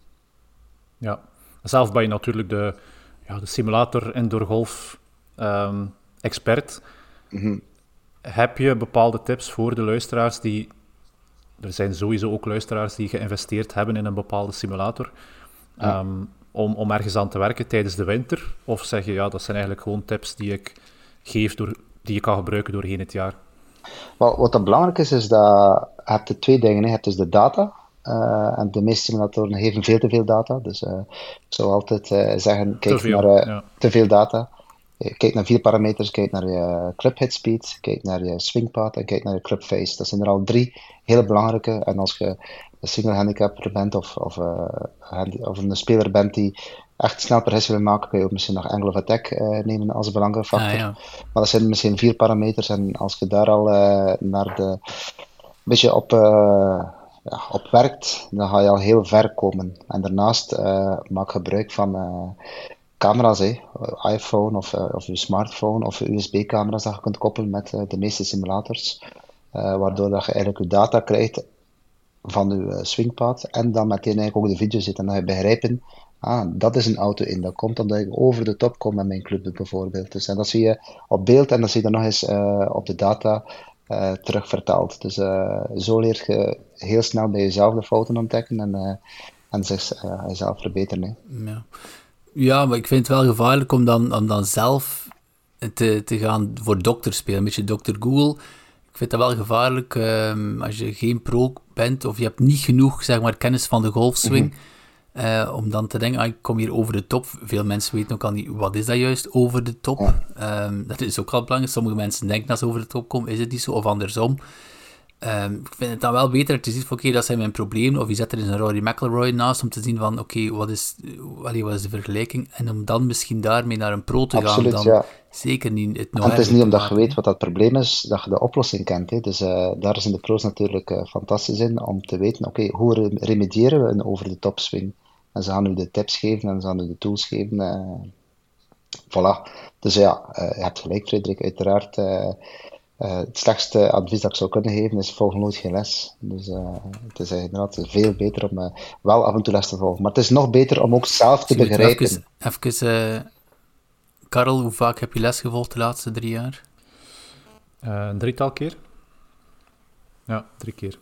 Ja, zelf ben je natuurlijk de simulator indoor golf expert. Mm-hmm. Heb je bepaalde tips voor de luisteraars die... Er zijn sowieso ook luisteraars die geïnvesteerd hebben in een bepaalde simulator. Ja. Om ergens aan te werken tijdens de winter? Of zeg je, dat zijn eigenlijk gewoon tips die ik geef, die je kan gebruiken doorheen het jaar? Wat dat belangrijk is dat je hebt de 2 dingen. Je hebt dus de data. En de meeste simulatoren geven veel te veel data. Dus ik zou altijd zeggen, kijk naar te veel data. Kijk naar 4 parameters. Kijk naar je club hit speed. Kijk naar je swing path. En kijk naar je club face. Dat zijn er al 3 hele belangrijke. En als je een single handicapper bent of een speler bent die echt snel progressie wil maken, kun je ook misschien nog angle of attack nemen als belangrijke factor. Ja. Maar dat zijn misschien 4 parameters. En als je daar al naar een beetje op werkt, dan ga je al heel ver komen. En daarnaast maak gebruik van camera's, iPhone of je smartphone of USB-camera's dat je kunt koppelen met de meeste simulators. Waardoor dat je eigenlijk je data krijgt van je swingpad en dan meteen eigenlijk ook de video zit. En dan ga je begrijpen, dat is een auto in. Dat komt omdat ik over de top kom met mijn club bijvoorbeeld. Dus, en dat zie je op beeld en dat zie je dan nog eens op de data terug vertaald. Dus zo leer je heel snel bij jezelf de fouten ontdekken en jezelf verbeteren. Ja, maar ik vind het wel gevaarlijk om dan zelf te gaan voor dokter spelen. Een beetje Dr. Google. Ik vind dat wel gevaarlijk als je geen pro bent of je hebt niet genoeg zeg maar, kennis van de golfswing. Om dan te denken, ik kom hier over de top. Veel mensen weten ook al niet, wat is dat juist, over de top? Dat is ook al belangrijk. Sommige mensen denken dat ze over de top komen, is het niet zo? Of andersom. Ik vind het dan wel beter dat je ziet van, oké, dat zijn mijn problemen. Of je zet er eens een Rory McIlroy naast om te zien van, oké, wat is de vergelijking? En om dan misschien daarmee naar een pro te gaan, dan zeker niet het nog. En het is niet omdat je weet wat dat probleem is, dat je de oplossing kent. Hè. Dus daar zijn de pro's natuurlijk fantastisch in, om te weten, oké, hoe remediëren we een over de top swing? En ze gaan u de tips geven en ze gaan u de tools geven. Voilà. Dus je hebt gelijk, Frederik, uiteraard. Het slechtste advies dat ik zou kunnen geven is volg nooit geen les. Dus het is inderdaad veel beter om wel af en toe les te volgen. Maar het is nog beter om ook zelf te begrijpen. Even, Karel, hoe vaak heb je les gevolgd de laatste 3 jaar? Een 3-tal keer. Ja, 3 keer.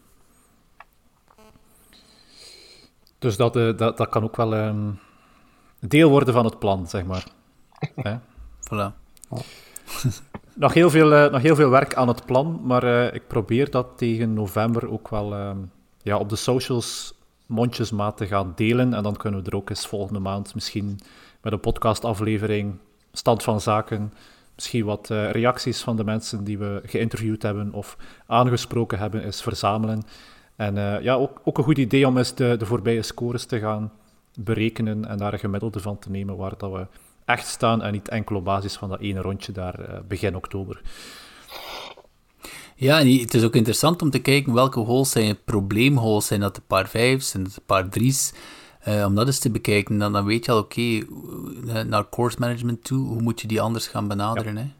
Dus dat kan ook wel deel worden van het plan, zeg maar. Voilà. Nog heel veel werk aan het plan, maar ik probeer dat tegen november ook wel op de socials mondjesmaat te gaan delen. En dan kunnen we er ook eens volgende maand misschien met een podcastaflevering, stand van zaken, misschien wat reacties van de mensen die we geïnterviewd hebben of aangesproken hebben, eens verzamelen. En ook een goed idee om eens de voorbije scores te gaan berekenen en daar een gemiddelde van te nemen waar dat we echt staan en niet enkel op basis van dat ene rondje daar begin oktober. Ja, en het is ook interessant om te kijken welke holes zijn probleemholes. Zijn dat de par 5's, zijn dat de par 3's? Om dat eens te bekijken, dan weet je al, oké, naar course management toe, hoe moet je die anders gaan benaderen, hè?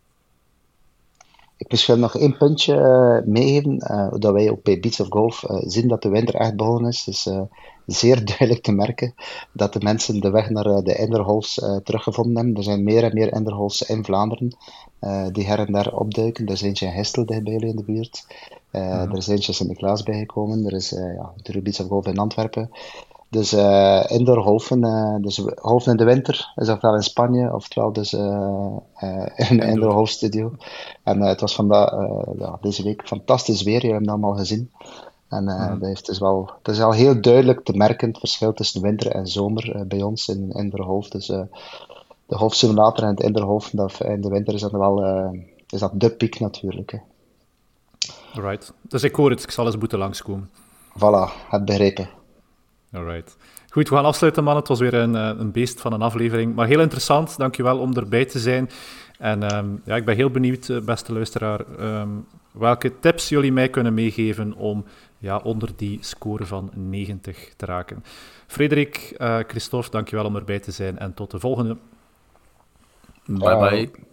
Ik misschien nog één puntje meegeven, dat wij ook bij Beats of Golf zien dat de winter echt begonnen is. Dus zeer duidelijk te merken dat de mensen de weg naar de indoorholes teruggevonden hebben. Er zijn meer en meer indoorholes in Vlaanderen die her en daar opduiken. Er is eentje in Hestel bij jullie in de buurt. Er is eentje in Sint-Niklaas bijgekomen. Er is de Beats of Golf in Antwerpen. Dus indoor golfen, dus golfen in de winter is ofwel in Spanje, oftewel dus in een indoor golfstudio. En het was deze week fantastisch weer, jullie hebben het allemaal gezien. En dat heeft dus het is al heel duidelijk te merken, het verschil tussen winter en zomer bij ons in indoor golf. Dus de golfsimulator en het indoor golfen, in de winter is dat wel is dat de piek natuurlijk. Hè. Right. Dus ik hoor het, ik zal eens moeten langskomen. Voilà, het begrepen. Alright. Goed, we gaan afsluiten, man. Het was weer een beest van een aflevering. Maar heel interessant. Dankjewel om erbij te zijn. En ik ben heel benieuwd, beste luisteraar, welke tips jullie mij kunnen meegeven om onder die score van 90 te raken. Frederik, Christophe, dankjewel om erbij te zijn. En tot de volgende. Bye bye.